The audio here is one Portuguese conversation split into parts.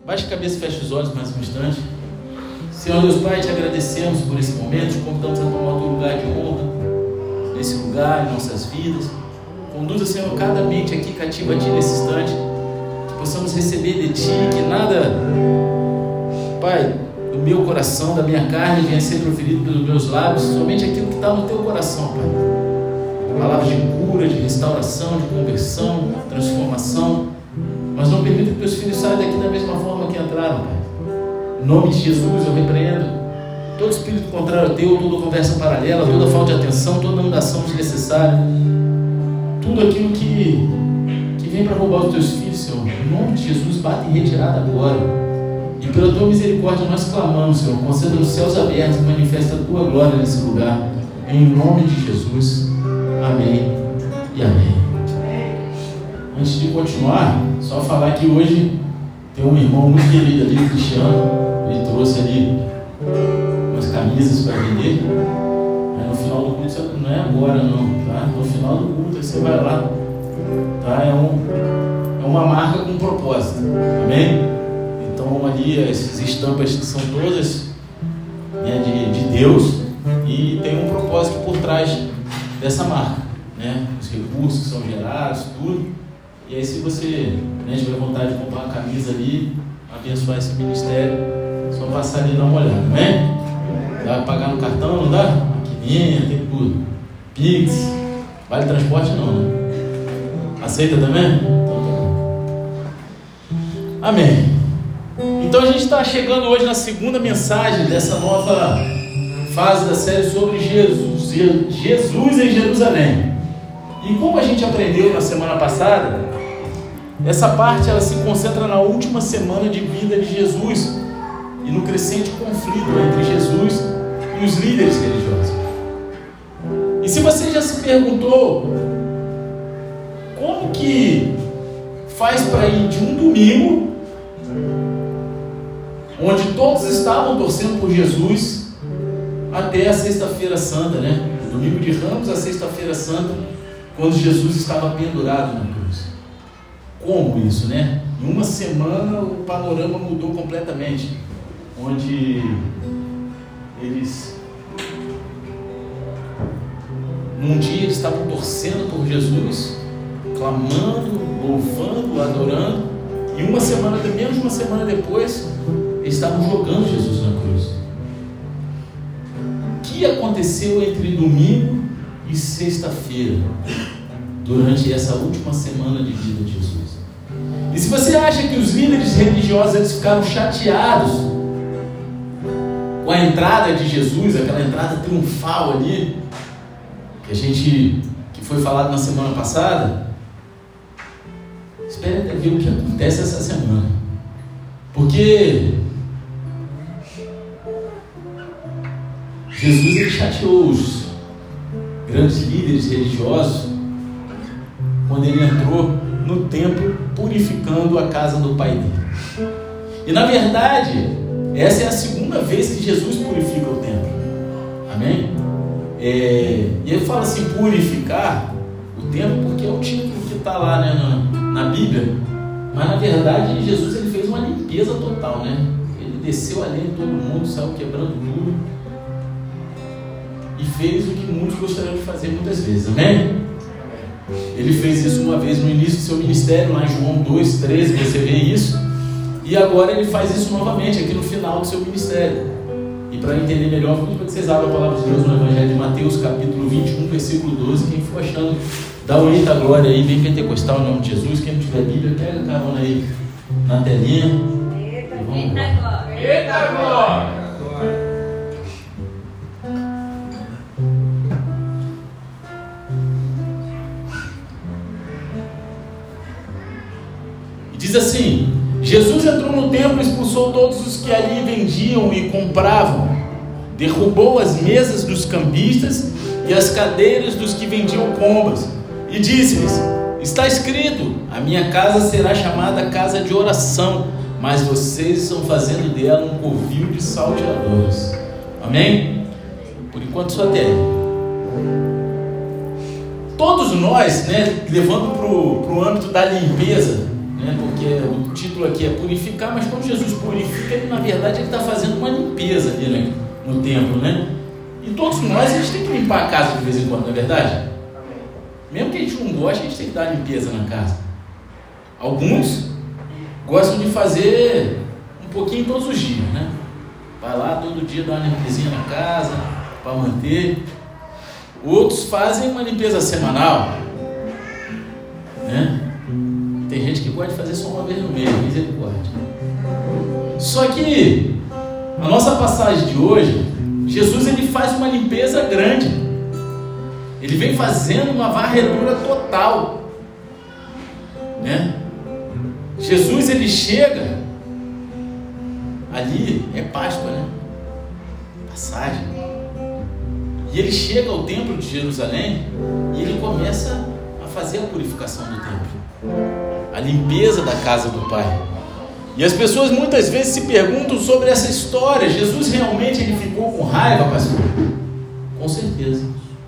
Baixe a cabeça e feche os olhos mais um instante. Senhor Deus Pai, te agradecemos por esse momento, te convidamos a tomar o teu lugar de honra nesse lugar, em nossas vidas. Conduza, Senhor, cada mente aqui cativa a Ti nesse instante, que possamos receber de Ti, que nada, Pai, do meu coração, da minha carne, venha ser proferido pelos meus lábios, somente aquilo que está no Teu coração, Pai. Palavras de cura, de restauração, de conversão, transformação. Mas não permita que Teus filhos saiam daqui da mesma forma que entraram, Pai. Em nome de Jesus eu repreendo todo espírito contrário a Teu, toda conversa paralela, toda falta de atenção, toda andação desnecessária, tudo aquilo que vem para roubar os Teus filhos, Senhor. Em nome de Jesus, bate em retirada agora. E pela Tua misericórdia nós clamamos, Senhor, conceda nos céus abertos e manifesta a Tua glória nesse lugar. Em nome de Jesus. Amém e amém. Antes de continuar, só falar que hoje tem um irmão muito querido ali, o Cristiano. Ele trouxe ali umas camisas para vender. Mas no final do culto, não é agora não, tá? No final do culto você vai lá, tá? É uma marca com propósito, amém? Então ali essas estampas são todas, né, de Deus, e tem um propósito por trás dessa marca, né? Os recursos que são gerados, tudo. E aí, se você, né, tiver vontade de comprar uma camisa ali, abençoar esse ministério, só passar ali e dar uma olhada, amém? Dá para pagar no cartão, não dá? Maquininha, tem tudo. Pix, vale transporte não, né? Aceita também? Então tá bom. Amém. Então a gente está chegando hoje na segunda mensagem dessa nova fase da série sobre Jesus em Jerusalém. E como a gente aprendeu na semana passada, essa parte ela se concentra na última semana de vida de Jesus e no crescente conflito entre Jesus e os líderes religiosos. E se você já se perguntou como que faz para ir de um domingo, onde todos estavam torcendo por Jesus, até a sexta-feira santa, né? O domingo de Ramos, a sexta-feira santa, quando Jesus estava pendurado na cruz. Como isso, né? Em uma semana o panorama mudou completamente, onde eles, num dia eles estavam torcendo por Jesus, clamando, louvando, adorando, e menos de uma semana depois, eles estavam jogando Jesus na cruz. O que aconteceu entre domingo e sexta-feira, durante essa última semana de vida de Jesus? E se você acha que os líderes religiosos eles ficaram chateados com a entrada de Jesus, aquela entrada triunfal ali, que foi falado na semana passada, espere até ver o que acontece essa semana, porque Jesus ele chateou os grandes líderes religiosos quando ele entrou no templo purificando a casa do pai dele. E na verdade essa é a segunda vez que Jesus purifica o templo, amém? E ele fala assim, purificar o templo, porque é o título que está lá, né, na Bíblia, mas na verdade Jesus ele fez uma limpeza total, né? Ele desceu ali em todo mundo, saiu quebrando tudo e fez o que muitos gostariam de fazer muitas vezes, amém? Ele fez isso uma vez no início do seu ministério, lá em João 2,13, você vê isso, e agora ele faz isso novamente aqui no final do seu ministério. E para entender melhor, vou pedir para que vocês abram a palavra de Deus no Evangelho de Mateus, capítulo 21, versículo 12. Quem for achando, dá um eita glória aí, bem pentecostal, em nome de Jesus. Quem não tiver Bíblia, pega a carona aí na telinha. Eita glória! Eita glória! Diz assim: Jesus entrou no templo e expulsou todos os que ali vendiam e compravam, derrubou as mesas dos cambistas e as cadeiras dos que vendiam pombas, e disse-lhes: está escrito, a minha casa será chamada casa de oração, mas vocês estão fazendo dela um covil de salteadores. Amém? Por enquanto só até aí. Todos nós, né, levando para o âmbito da limpeza, né? Porque o título aqui é purificar, mas quando Jesus purifica, ele, na verdade, ele está fazendo uma limpeza ali, né, no templo, né? E todos nós, a gente tem que limpar a casa de vez em quando, não é verdade? Mesmo que a gente não goste, a gente tem que dar limpeza na casa. Alguns gostam de fazer um pouquinho todos os dias, né? Vai lá todo dia dar uma limpezinha na casa para manter. Outros fazem uma limpeza semanal, né? Tem gente que gosta de fazer só uma vez no mês, misericórdia. Só que a nossa passagem de hoje, Jesus, ele faz uma limpeza grande. Ele vem fazendo uma varredura total, né? Jesus, ele chega ali, é Páscoa, né? Passagem. E ele chega ao templo de Jerusalém e ele começa a fazer a purificação do templo, a limpeza da casa do Pai. E as pessoas muitas vezes se perguntam sobre essa história. Jesus realmente ele ficou com raiva, pastor? Com certeza.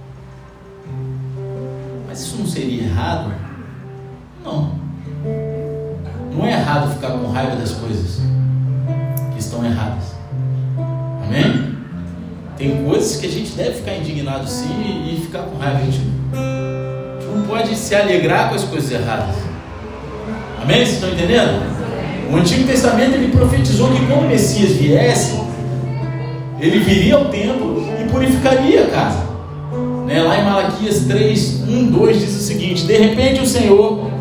Mas isso não seria errado? Não. Não é errado ficar com raiva das coisas que estão erradas. Amém? Tem coisas que a gente deve ficar indignado sim e ficar com raiva. A gente não pode se alegrar com as coisas erradas. Amém? Vocês estão entendendo? O Antigo Testamento ele profetizou que quando o Messias viesse, ele viria ao templo e purificaria a casa, né? Lá em Malaquias 3, 1, 2 diz o seguinte: de repente o Senhor,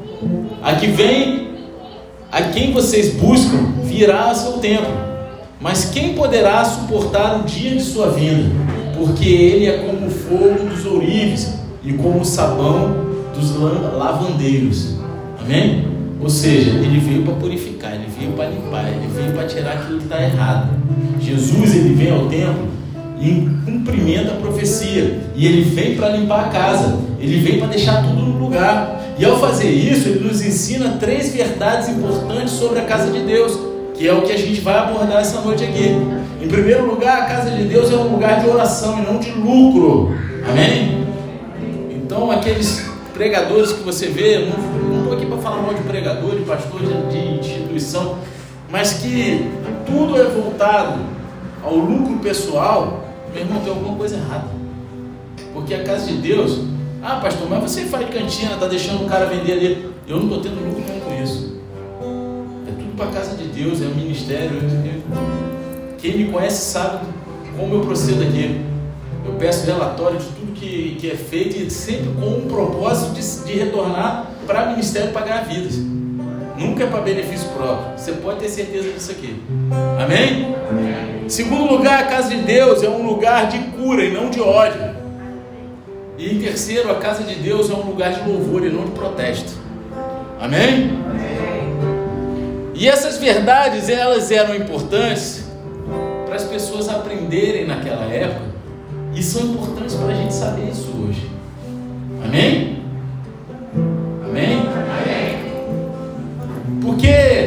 a quem vocês buscam, virá ao seu templo, mas quem poderá suportar o dia de sua vinda? Porque ele é como o fogo dos ourives e como o sabão dos lavandeiros. Amém? Ou seja, ele veio para purificar, ele veio para limpar, ele veio para tirar aquilo que está errado. Jesus, ele vem ao templo em cumprimento à profecia, e ele vem para limpar a casa, ele vem para deixar tudo no lugar. E ao fazer isso, ele nos ensina 3 verdades importantes sobre a casa de Deus, que é o que a gente vai abordar essa noite aqui. Em primeiro lugar, a casa de Deus é um lugar de oração e não de lucro. Amém? Então, aqueles pregadores que você vê, não estou aqui para falar mal de pregador, de pastor, de instituição, mas que tudo é voltado ao lucro pessoal, meu irmão, tem alguma coisa errada. Porque a casa de Deus, pastor, mas você faz cantina, está deixando o cara vender ali. Eu não estou tendo lucro nenhum com isso. É tudo para a casa de Deus, é um ministério. Quem me conhece sabe como eu procedo aqui. Eu peço relatório de tudo que é feito e sempre com um propósito de retornar para o ministério pagar vidas. Nunca é para benefício próprio. Você pode ter certeza disso aqui. Amém? Amém. Segundo lugar, a casa de Deus é um lugar de cura e não de ódio. E em terceiro, a casa de Deus é um lugar de louvor e não de protesto. Amém? Amém. E essas verdades, elas eram importantes para as pessoas aprenderem naquela época. E são importantes para a gente saber isso hoje. Amém? Amém? Amém? Porque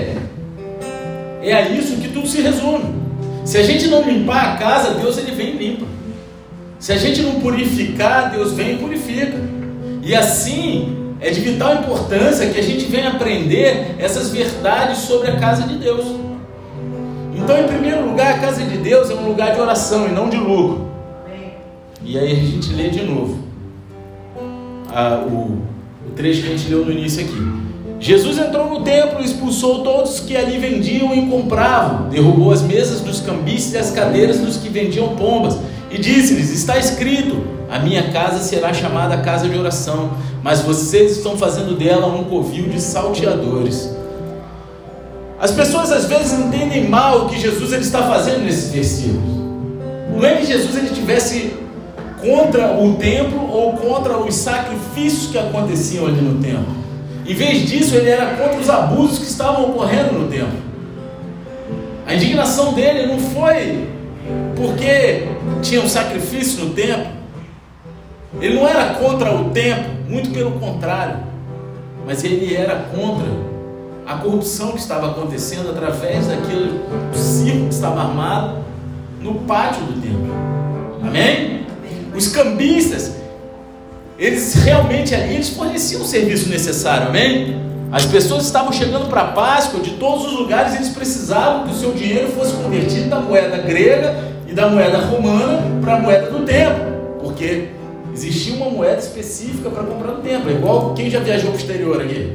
é a isso que tudo se resume. Se a gente não limpar a casa, Deus ele vem e limpa. Se a gente não purificar, Deus vem e purifica. E assim, é de vital importância que a gente venha aprender essas verdades sobre a casa de Deus. Então, em primeiro lugar, a casa de Deus é um lugar de oração e não de lucro. E aí a gente lê de novo o trecho que a gente leu no início aqui. Jesus entrou no templo e expulsou todos que ali vendiam e compravam, derrubou as mesas dos cambistas e as cadeiras dos que vendiam pombas, e disse-lhes: está escrito, a minha casa será chamada casa de oração, mas vocês estão fazendo dela um covil de salteadores. As pessoas às vezes entendem mal o que Jesus ele está fazendo nesses versículos. Não é que Jesus ele tivesse contra o templo ou contra os sacrifícios que aconteciam ali no templo. Em vez disso, ele era contra os abusos que estavam ocorrendo no templo. A indignação dele não foi porque tinha um sacrifício no templo. Ele não era contra o templo, muito pelo contrário, mas ele era contra a corrupção que estava acontecendo através daquele circo que estava armado no pátio do templo. Amém? Os cambistas, eles realmente ali, eles forneciam o serviço necessário, amém? As pessoas estavam chegando para a Páscoa de todos os lugares, eles precisavam que o seu dinheiro fosse convertido da moeda grega e da moeda romana para a moeda do templo, porque existia uma moeda específica para comprar no templo. É igual quem já viajou para o exterior aqui,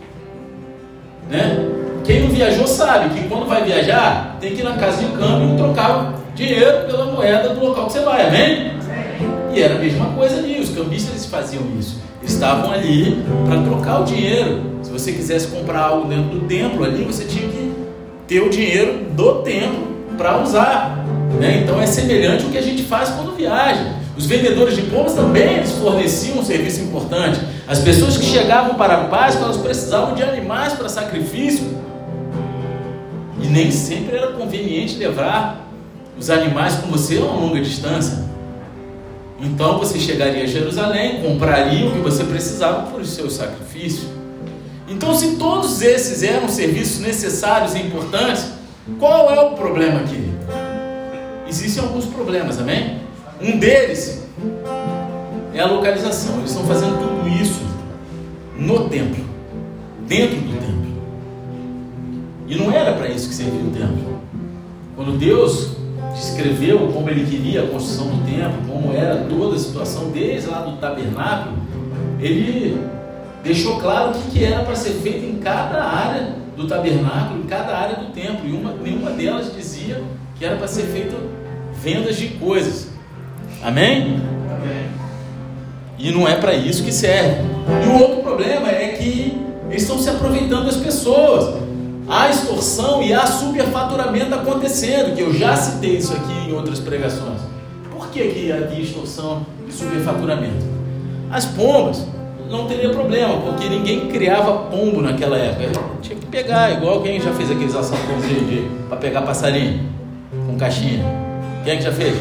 né? Quem não viajou sabe que quando vai viajar tem que ir na casa de câmbio e trocar dinheiro pela moeda do local que você vai, amém? E era a mesma coisa ali, os cambistas eles faziam isso, eles estavam ali para trocar o dinheiro. Se você quisesse comprar algo dentro do templo ali, você tinha que ter o dinheiro do templo para usar, né? Então é semelhante ao que a gente faz quando viaja. Os vendedores de pombas também eles forneciam um serviço importante. As pessoas que chegavam para a Páscoa, elas precisavam de animais para sacrifício, e nem sempre era conveniente levar os animais com você a uma longa distância. Então você chegaria a Jerusalém, compraria o que você precisava por seu sacrifício. Então, se todos esses eram serviços necessários e importantes, qual é o problema aqui? Existem alguns problemas, amém? Um deles é a localização. Eles estão fazendo tudo isso no templo, dentro do templo. E não era para isso que servia o templo. Quando Deus descreveu como Ele queria a construção do templo, como era toda a situação, desde lá do tabernáculo, Ele deixou claro o que era para ser feito em cada área do tabernáculo, em cada área do templo. E nenhuma delas dizia que era para ser feito vendas de coisas. Amém? Amém. E não é para isso que serve. E o outro problema é que eles estão se aproveitando das pessoas. Há extorsão e há superfaturamento acontecendo, que eu já citei isso aqui em outras pregações. Por que havia extorsão e superfaturamento? As pombas não teria problema, porque ninguém criava pombo naquela época. Tinha que pegar, igual quem já fez aqueles assaltos para pegar passarinho com caixinha. Quem é que já fez?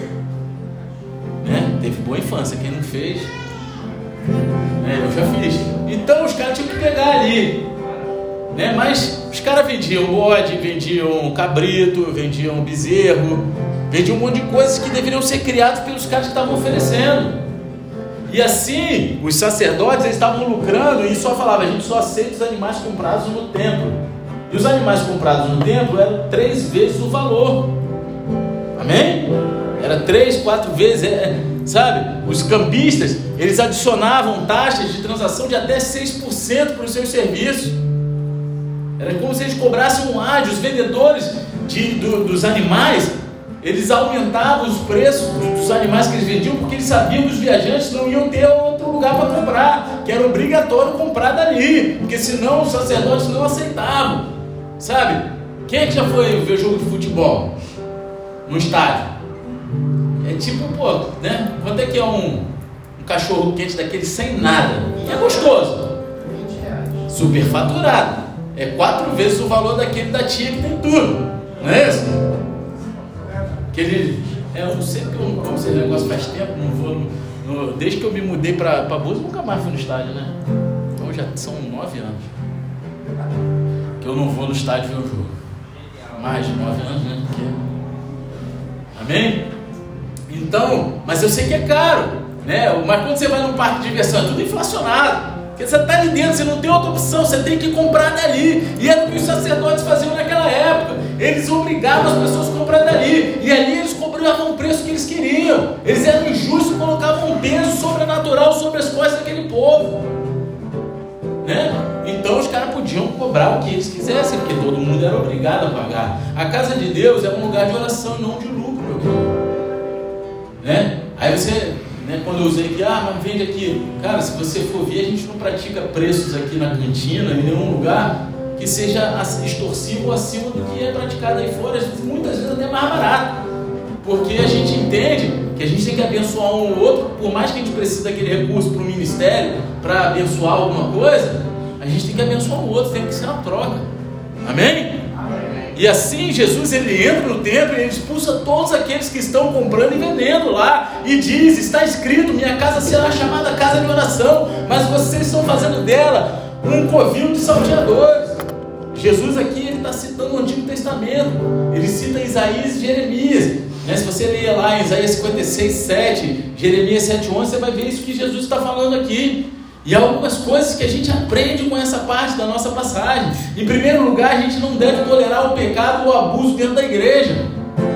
Né? Teve boa infância, quem não fez, eu já fiz. Então os caras tinham que pegar ali, né? Mas os caras vendiam bode, vendiam cabrito, vendiam bezerro, vendiam um monte de coisas que deveriam ser criadas pelos caras que estavam oferecendo. E assim, os sacerdotes eles estavam lucrando e só falavam: a gente só aceita os animais comprados no templo. E os animais comprados no templo eram 3 vezes o valor. Amém? Era 3, 4 vezes, sabe? Os cambistas, eles adicionavam taxas de transação de até 6% para os seus serviços. Era como se eles cobrassem um ad. Os vendedores dos animais, eles aumentavam os preços dos animais que eles vendiam, porque eles sabiam que os viajantes não iam ter outro lugar para comprar, que era obrigatório comprar dali, porque senão os sacerdotes não aceitavam, sabe? Quem é que já foi ver jogo de futebol no estádio? É tipo, né? Quanto é que é um cachorro quente daquele sem nada? E é gostoso, superfaturado. É 4 vezes o valor daquele da tia que tem tudo, não é isso? Eu não sei porque eu não como esse negócio faz tempo, não vou. Desde que eu me mudei para Búzios, nunca mais fui no estádio, né? Então já são 9 anos que eu não vou no estádio ver o jogo. Mais de 9 anos, né? Amém? Então, mas eu sei que é caro, né? Mas quando você vai num parque de diversão, é tudo inflacionado. Porque você está ali dentro, você não tem outra opção, você tem que comprar dali. E era o que os sacerdotes faziam naquela época. Eles obrigavam as pessoas a comprar dali. E ali eles cobravam o preço que eles queriam. Eles eram injustos e colocavam um peso sobrenatural sobre as costas daquele povo, né? Então os caras podiam cobrar o que eles quisessem, porque todo mundo era obrigado a pagar. A casa de Deus é um lugar de oração e não de lucro, meu querido, né? Aí você... Quando eu usei aqui, mas vende aqui. Cara, se você for ver, a gente não pratica preços aqui na cantina, em nenhum lugar que seja extorsivo ou acima do que é praticado aí fora, muitas vezes até mais barato, porque a gente entende que a gente tem que abençoar um ou outro. Por mais que a gente precise daquele recurso para o ministério, para abençoar alguma coisa, a gente tem que abençoar o outro, tem que ser uma troca. Amém? E assim Jesus ele entra no templo e ele expulsa todos aqueles que estão comprando e vendendo lá, e diz: está escrito, minha casa será chamada casa de oração, mas vocês estão fazendo dela um covil de salteadores. Jesus aqui ele está citando o Antigo Testamento, ele cita Isaías e Jeremias, né? Se você ler lá em Isaías 56, 7, Jeremias 7, 11, você vai ver isso que Jesus está falando aqui. E há algumas coisas que a gente aprende com essa parte da nossa passagem. Em primeiro lugar, a gente não deve tolerar o pecado ou o abuso dentro da igreja.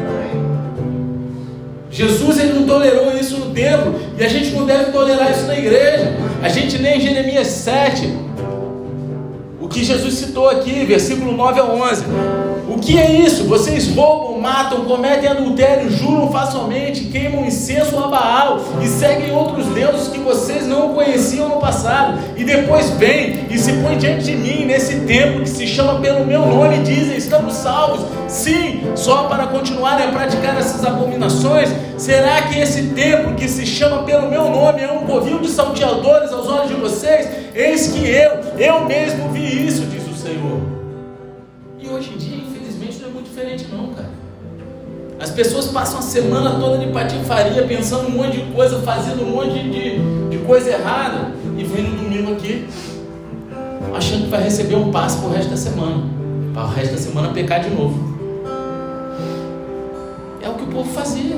Jesus, ele não tolerou isso no templo, e a gente não deve tolerar isso na igreja. A gente lê em Jeremias 7, o que Jesus citou aqui, versículo 9 a 11. O que é isso? Vocês roubam, matam, cometem adultério, juram falsamente, queimam incenso a Baal e seguem outros deuses que vocês não conheciam no passado, e depois vêm e se põem diante de mim nesse templo que se chama pelo meu nome e dizem: estamos salvos. Sim, só para continuarem a praticar essas abominações. Será que esse templo que se chama pelo meu nome é um covil de salteadores aos olhos de vocês? Eis que eu mesmo vi isso, diz o Senhor. E hoje em dia, infelizmente, não é muito diferente não, cara. As pessoas passam a semana toda de patifaria, pensando um monte de coisa, fazendo um monte de coisa errada, e vem no domingo aqui, achando que vai receber um passe pro resto da semana, para o resto da semana pecar de novo. É o que o povo fazia.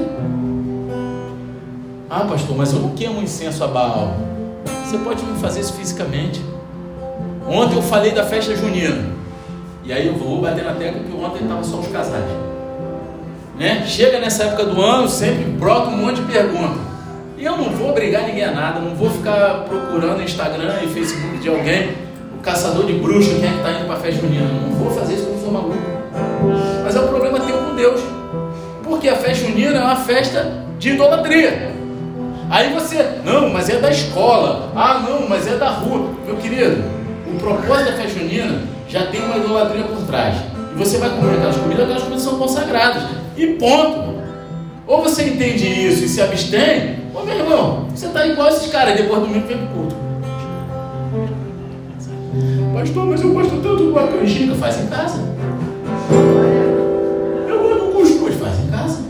Ah, pastor, mas eu não queimo incenso a Baal. Você pode não fazer isso fisicamente. Ontem eu falei da festa junina, e aí eu vou bater na tecla que ontem estava só os casais, né? Chega nessa época do ano, sempre brota um monte de perguntas, e eu não vou obrigar ninguém a nada, não vou ficar procurando no Instagram e Facebook de alguém, o caçador de bruxa, quem é que está indo para a festa junina. Não vou fazer isso porque eu sou maluco. Mas é um problema teu com Deus, porque a festa junina é uma festa de idolatria. Aí você, não, mas é da escola, ah não, mas é da rua. Meu querido, o propósito da festa junina já tem uma idolatria por trás, e você vai comer aquelas comidas são consagradas, e ponto. Ou você entende isso e se abstém, ou meu irmão, você está igual a esses caras, depois do domingo vem pro culto. Pastor, mas eu gosto tanto de uma canjica. Faz em casa. Eu gosto do cuscuz. Faz em casa.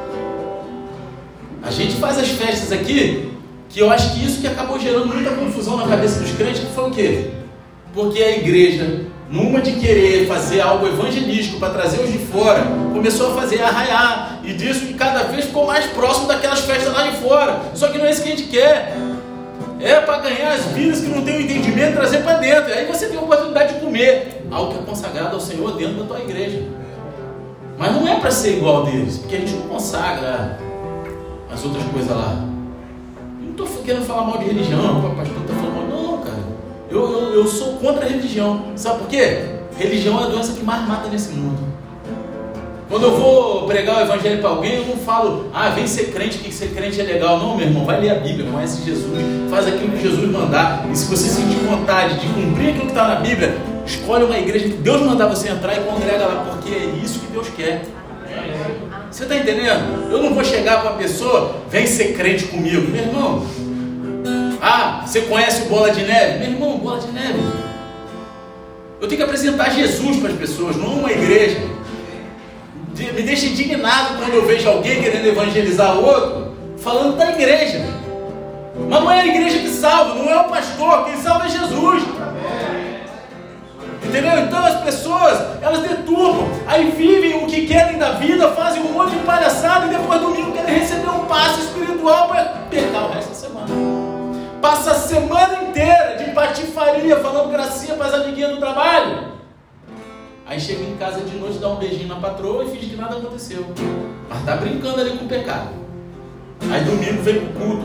A gente faz as festas aqui, que eu acho que isso que acabou gerando muita confusão na cabeça dos crentes, que foi o quê? Porque a igreja, numa de querer fazer algo evangelístico para trazer os de fora, começou a fazer arraiar, e disso que cada vez ficou mais próximo daquelas festas lá de fora. Só que não é isso que a gente quer. É para ganhar as vidas que não tem o entendimento, trazer para dentro. E aí você tem a oportunidade de comer algo que é consagrado ao Senhor dentro da tua igreja. Mas não é para ser igual deles, porque a gente não consagra as outras coisas lá. Não estou querendo falar mal de religião, o pastor está falando mal. Não, cara. Eu sou contra a religião. Sabe por quê? Religião é a doença que mais mata nesse mundo. Quando eu vou pregar o evangelho para alguém, eu não falo, vem ser crente, que ser crente é legal. Não, meu irmão, vai ler a Bíblia, conhece Jesus, faz aquilo que Jesus mandar. E se você sentir vontade de cumprir aquilo que está na Bíblia, escolhe uma igreja que Deus mandar você entrar e congrega lá, porque é isso que Deus quer. Você está entendendo? Eu não vou chegar para a pessoa, vem ser crente comigo. Meu irmão, você conhece o Bola de Neve? Meu irmão, Bola de Neve. Eu tenho que apresentar Jesus para as pessoas, não uma igreja. Me deixa indignado quando eu vejo alguém querendo evangelizar o outro, falando da igreja. Mas não é a igreja que salva, não é o pastor, quem salva é Jesus. Entendeu? Então as pessoas, elas deturpam, aí vivem o que querem da vida, fazem um monte de palhaçada, e depois domingo querem receber um passe espiritual para pecar o resto da semana. Passa a semana inteira de patifaria, falando gracinha para as amiguinhas do trabalho. Aí chega em casa de noite, dá um beijinho na patroa e finge que nada aconteceu. Mas está brincando ali com o pecado. Aí domingo vem pro culto.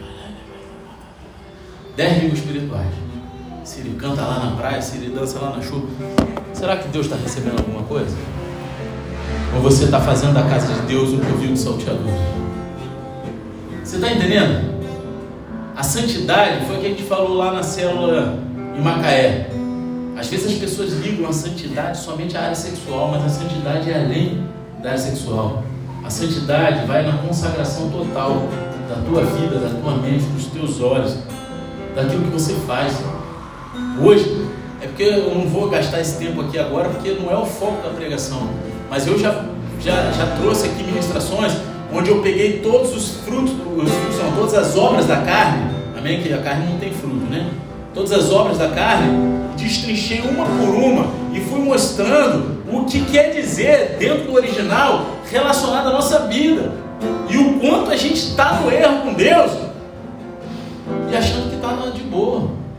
10 línguas espirituais. Se ele canta lá na praia, se ele dança lá na chuva. Será que Deus está recebendo alguma coisa? Ou você está fazendo da casa de Deus um covil de salteador? Você está entendendo? A santidade foi o que a gente falou lá na célula em Macaé. Às vezes as pessoas ligam a santidade somente à área sexual, mas a santidade é além da área sexual. A santidade vai na consagração total da tua vida, da tua mente, dos teus olhos, daquilo que você faz. Hoje, é porque eu não vou gastar esse tempo aqui agora, porque não é o foco da pregação, mas eu já trouxe aqui ministrações onde eu peguei todos os frutos, todas as obras da carne, amém? Que a carne não tem fruto, né? Todas as obras da carne, destrinchei uma por uma e fui mostrando o que quer dizer dentro do original relacionado à nossa vida, e o quanto a gente está no erro com Deus e achando que está de boa.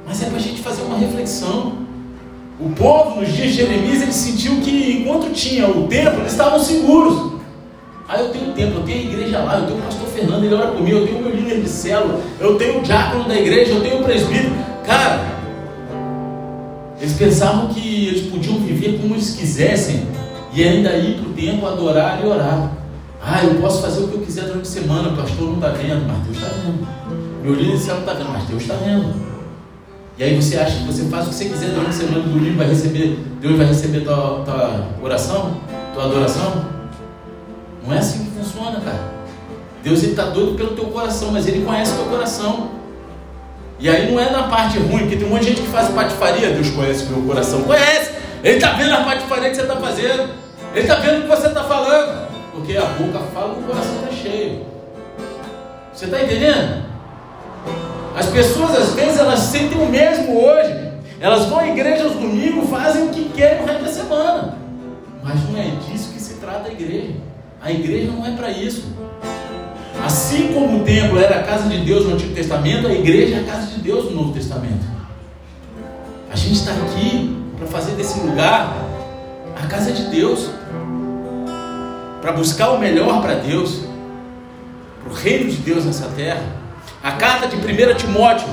mas é para a gente fazer uma reflexão. O povo nos dias de Jeremias, ele sentiu que enquanto tinha o templo, eles estavam seguros. Eu tenho o templo, eu tenho a igreja lá, eu tenho o pastor Fernando, ele ora comigo, eu tenho o meu líder de célula, eu tenho o diácono da igreja, eu tenho o presbítero. Cara, eles pensavam que eles podiam viver como eles quisessem e ainda ir para o templo adorar e orar. Eu posso fazer o que eu quiser durante a semana, o pastor não está vendo, mas Deus está vendo. Meu líder de célula não está vendo, mas Deus está vendo. E aí você acha que você faz o que você quiser durante a semana, do domingo Deus vai receber tua oração, tua adoração? Não é assim que funciona, cara. Deus está doido pelo teu coração, mas Ele conhece o teu coração. E aí não é na parte ruim, porque tem um monte de gente que faz patifaria. Deus conhece o meu coração. Conhece! Ele está vendo a patifaria que você está fazendo. Ele está vendo o que você está falando. Porque a boca fala e o coração está cheio. Você está entendendo? As pessoas às vezes elas sentem o mesmo hoje. Elas vão à igreja aos domingos, fazem o que querem no resto da semana. Mas não é disso que se trata a igreja. A igreja não é para isso. Assim como o templo era a casa de Deus no Antigo Testamento, a igreja é a casa de Deus no Novo Testamento. A gente está aqui para fazer desse lugar a casa de Deus, para buscar o melhor para Deus, para o reino de Deus nessa terra. A carta de 1 Timóteo,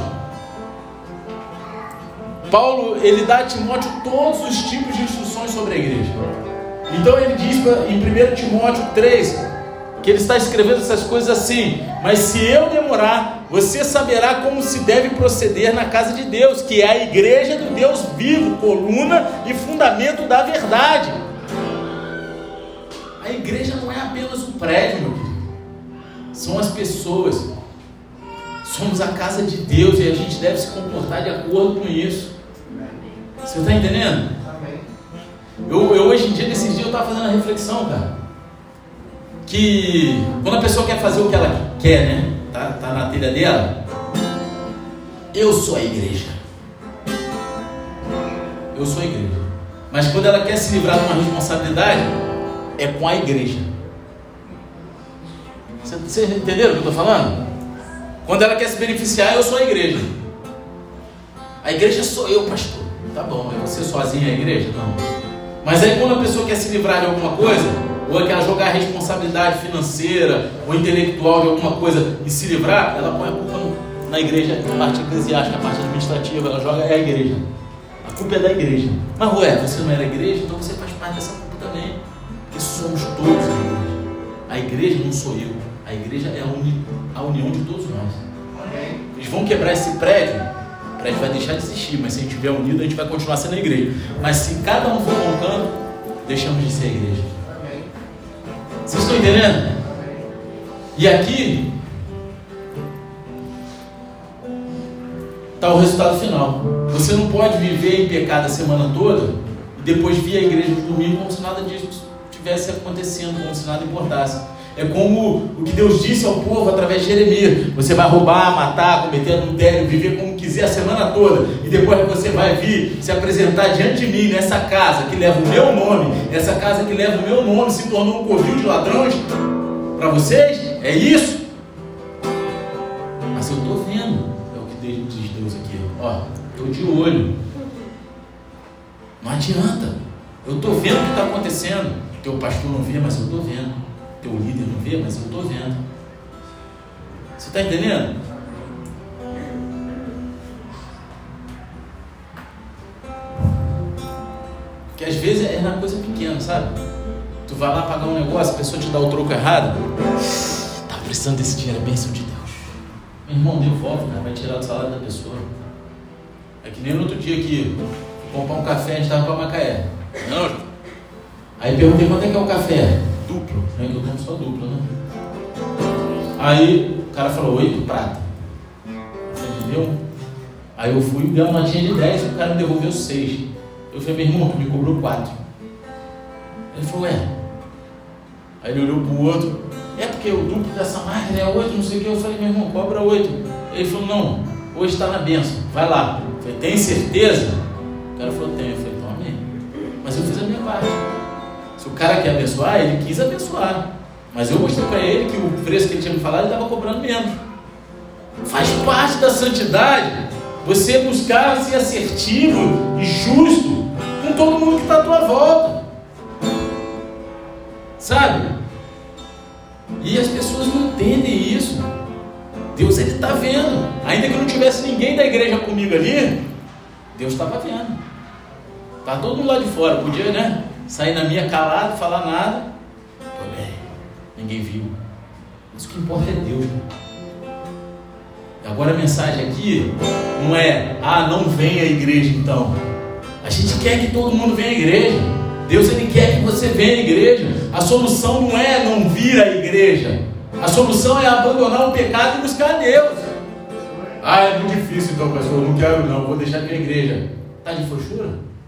Paulo, ele dá a Timóteo todos os tipos de instruções sobre a igreja. Então ele diz em 1 Timóteo 3, que ele está escrevendo essas coisas assim: mas se eu demorar, você saberá como se deve proceder na casa de Deus, que é a igreja do Deus vivo, coluna e fundamento da verdade. A igreja não é apenas um prédio, meu querido. São as pessoas. Somos a casa de Deus e a gente deve se comportar de acordo com isso. Você está entendendo? Eu hoje em dia, nesses dias, eu estava fazendo uma reflexão, cara, que quando a pessoa quer fazer o que ela quer, né? Tá na telha dela. Eu sou a igreja. Eu sou a igreja. Mas quando ela quer se livrar de uma responsabilidade, é com a igreja. Vocês entenderam o que eu estou falando? Quando ela quer se beneficiar, eu sou a igreja. A igreja sou eu, pastor. Tá bom, é você sozinho a igreja? Não. Mas aí quando a pessoa quer se livrar de alguma coisa, ou quer jogar a responsabilidade financeira ou intelectual de alguma coisa e se livrar, ela põe a culpa na igreja, na parte eclesiástica, na parte administrativa, ela joga a igreja. A culpa é da igreja. Mas você não era igreja, então você faz parte dessa culpa também. Porque somos todos a igreja. A igreja não sou eu. A igreja é a união de todos nós. Eles vão quebrar esse prédio, o prédio vai deixar de existir, mas se a gente estiver unido, a gente vai continuar sendo a igreja. Mas se cada um for para um canto, deixamos de ser a igreja. Vocês estão entendendo? E aqui está o resultado final. Você não pode viver em pecado a semana toda e depois vir à igreja no domingo como se nada disso estivesse acontecendo, como se nada importasse. É como o que Deus disse ao povo através de Jeremias: você vai roubar, matar, cometer adultério, viver como quiser a semana toda, e depois você vai vir se apresentar diante de mim nessa casa que leva o meu nome. Essa casa que leva o meu nome se tornou um covil de ladrões para vocês? É isso? Mas eu estou vendo, é o que diz Deus aqui, estou de olho. Não adianta, eu estou vendo o que está acontecendo. Teu pastor não vê, mas eu estou vendo. Teu líder não vê, mas eu estou vendo. Você está entendendo? Que às vezes é na coisa pequena, sabe? Tu vai lá pagar um negócio, a pessoa te dá o troco errado. Estava precisando desse dinheiro, é bênção de Deus. Meu irmão, devolve, cara, vai tirar do salário da pessoa. É que nem no outro dia que comprar um café, a gente estava para Macaé. Não, aí perguntei quanto é que é o café. Duplo, eu tomo só duplo, né? Aí o cara falou 8 prata. Entendeu? Aí eu fui e dei uma notinha de 10, o cara me devolveu 6. Eu falei: meu irmão, tu me cobrou 4. Ele falou: Aí ele olhou pro outro: é porque o duplo dessa máquina é 8, não sei o que. Eu falei: meu irmão, cobra 8. Ele falou: não, hoje está na bênção, vai lá. Eu falei: tem certeza? O cara falou: tenho. Eu falei: então amém. Mas eu fiz a minha parte. Se o cara quer abençoar, ele quis abençoar. Mas eu mostrei para ele que o preço que ele tinha me falado, ele estava cobrando menos. Faz parte da santidade Você buscar ser assertivo e justo com todo mundo que está à tua volta. Sabe? E as pessoas não entendem isso. Deus, Ele está vendo. Ainda que não tivesse ninguém da igreja comigo ali, Deus estava vendo. Está todo mundo lá de fora. Podia, né? Sair na minha calado, falar nada. Ninguém viu. Mas o que importa é Deus. Agora a mensagem aqui não é, não venha à igreja então. A gente quer que todo mundo venha à igreja. Deus, Ele quer que você venha à igreja. A solução não é não vir à igreja. A solução é abandonar o pecado e buscar a Deus. É muito difícil então, pastor, eu não quero não, vou deixar de ir à igreja. Está de frouxura?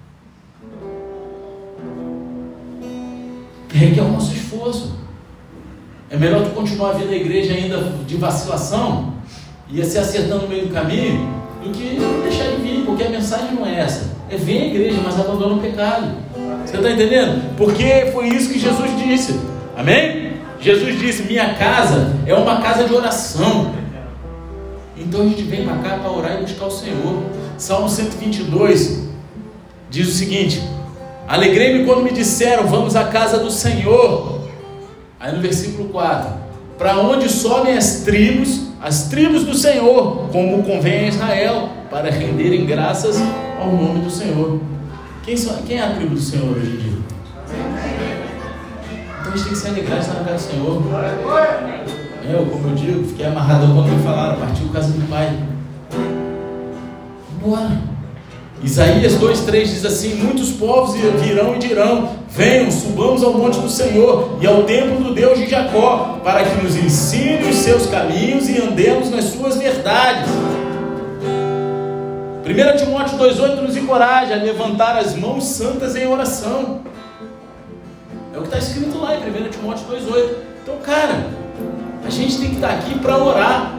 Requer o nosso esforço. É melhor tu continuar a vir na igreja ainda de vacilação, ia se acertando no meio do caminho, do que deixar de vir, porque a mensagem não é essa. É vir à igreja, mas abandona o pecado. Você está entendendo? Porque foi isso que Jesus disse. Amém? Jesus disse, minha casa é uma casa de oração. Então a gente vem para cá para orar e buscar o Senhor. Salmo 122 diz o seguinte: alegrei-me quando me disseram, vamos à casa do Senhor. Aí no versículo 4, para onde sobem as tribos do Senhor, como convém a Israel, para renderem graças ao nome do Senhor. Quem é a tribo do Senhor hoje em dia? Então a gente tem que se alegrar de estar na casa do Senhor. Eu, como eu digo, fiquei amarradão quando me falaram, partiu casa do Pai. Bora. Isaías 2,3 diz assim, muitos povos virão e dirão, venham, subamos ao monte do Senhor e ao templo do Deus de Jacó, para que nos ensine os seus caminhos e andemos nas suas verdades. 1 Timóteo 2,8 nos encoraja a levantar as mãos santas em oração. É o que está escrito lá em 1 Timóteo 2,8. Então, cara, a gente tem que estar aqui para orar.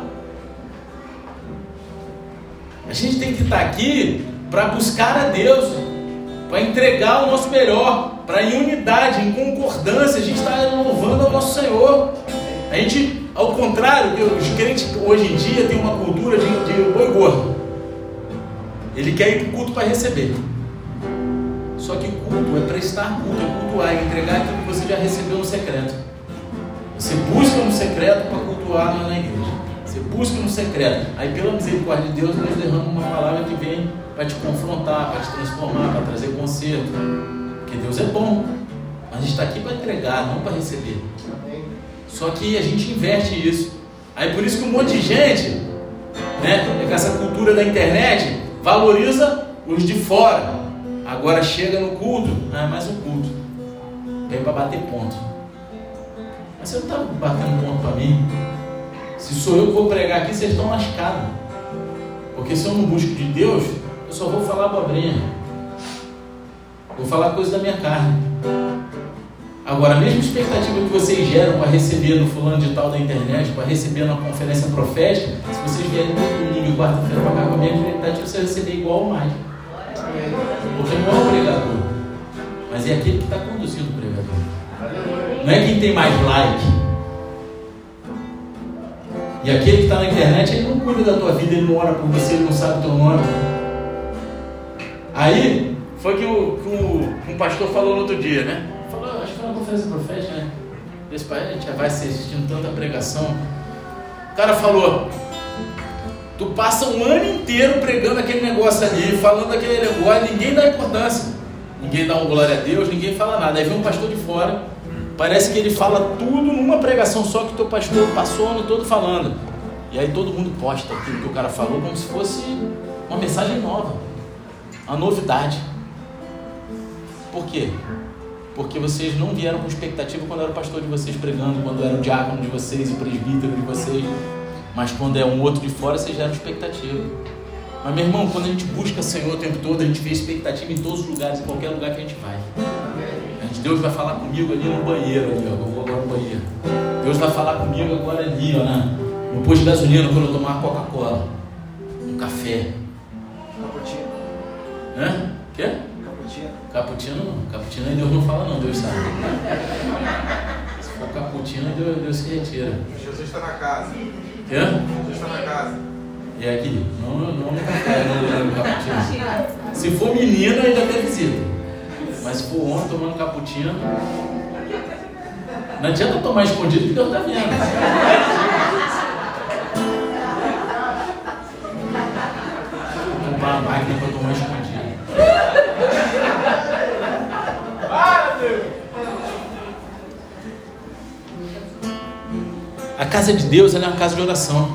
A gente tem que estar aqui para buscar a Deus, para entregar o nosso melhor, para em unidade, em concordância, a gente está louvando ao nosso Senhor. A gente, ao contrário, os crentes hoje em dia tem uma cultura de boi gordo. Ele quer ir para o culto para receber. Só que culto é prestar culto, é cultuar, é entregar aquilo que você já recebeu no secreto. Você busca no secreto para cultuar na igreja. Você busca no secreto. Aí pela misericórdia de Deus, Deus derrama uma palavra que vem para te confrontar, para te transformar, para trazer conserto. Porque Deus é bom. Mas a gente está aqui para entregar, não para receber. Só que a gente inverte isso. Aí por isso que um monte de gente, né, com essa cultura da internet, valoriza os de fora. Agora chega no culto, mais um culto. Vem para bater ponto. Mas você não está batendo ponto para mim. Se sou eu que vou pregar aqui, vocês estão lascados. Porque se eu não busco de Deus, eu só vou falar abobrinha. Vou falar coisa da minha carne. Agora, a mesma expectativa que vocês geram para receber no fulano de tal da internet, para receber na conferência profética, se vocês vierem no domingo e quarta-feira para cá com a minha expectativa, você vai receber igual ou mais. Porque não é o pregador, mas é aquele que está conduzindo o pregador. Não é quem tem mais like. E aquele que está na internet, ele não cuida da tua vida, ele não ora por você, ele não sabe o teu nome. Aí, foi que um pastor falou no outro dia, né? Falou, acho que foi uma conferência profética, né? Esse pai, a gente já vai assistindo tanta pregação. O cara falou, tu passa um ano inteiro pregando aquele negócio ali, falando aquele negócio, ninguém dá importância. Ninguém dá uma glória a Deus, ninguém fala nada. Aí vem um pastor de fora, parece que ele fala tudo numa pregação só, que o teu pastor passou o ano todo falando. E aí todo mundo posta aquilo que o cara falou como se fosse uma mensagem nova, uma novidade. Por quê? Porque vocês não vieram com expectativa quando era o pastor de vocês pregando, quando era o diácono de vocês, o presbítero de vocês. Mas quando é um outro de fora, vocês geram expectativa. Mas meu irmão, quando a gente busca o Senhor o tempo todo, a gente vê expectativa em todos os lugares, em qualquer lugar que a gente vai. Deus vai falar comigo ali no banheiro, ali, ó, eu vou agora no banheiro. Deus vai falar comigo agora ali, ó, no posto de gasolina, quando eu tomar uma Coca-Cola, um café. Cappuccino. Hã? Quê? Cappuccino. Cappuccino não. Cappuccino aí Deus não fala não, Deus sabe. Se for cappuccino, Deus se retira. Jesus está na casa. Quê? Jesus está na casa. E é aqui, não no café, no cappuccino. Se for menina, ainda tem visita. Mas se for homem tomando cappuccino, não adianta tomar escondido que Deus está vendo. Vou comprar uma máquina para tomar escondido. A casa de Deus, ela é uma casa de oração.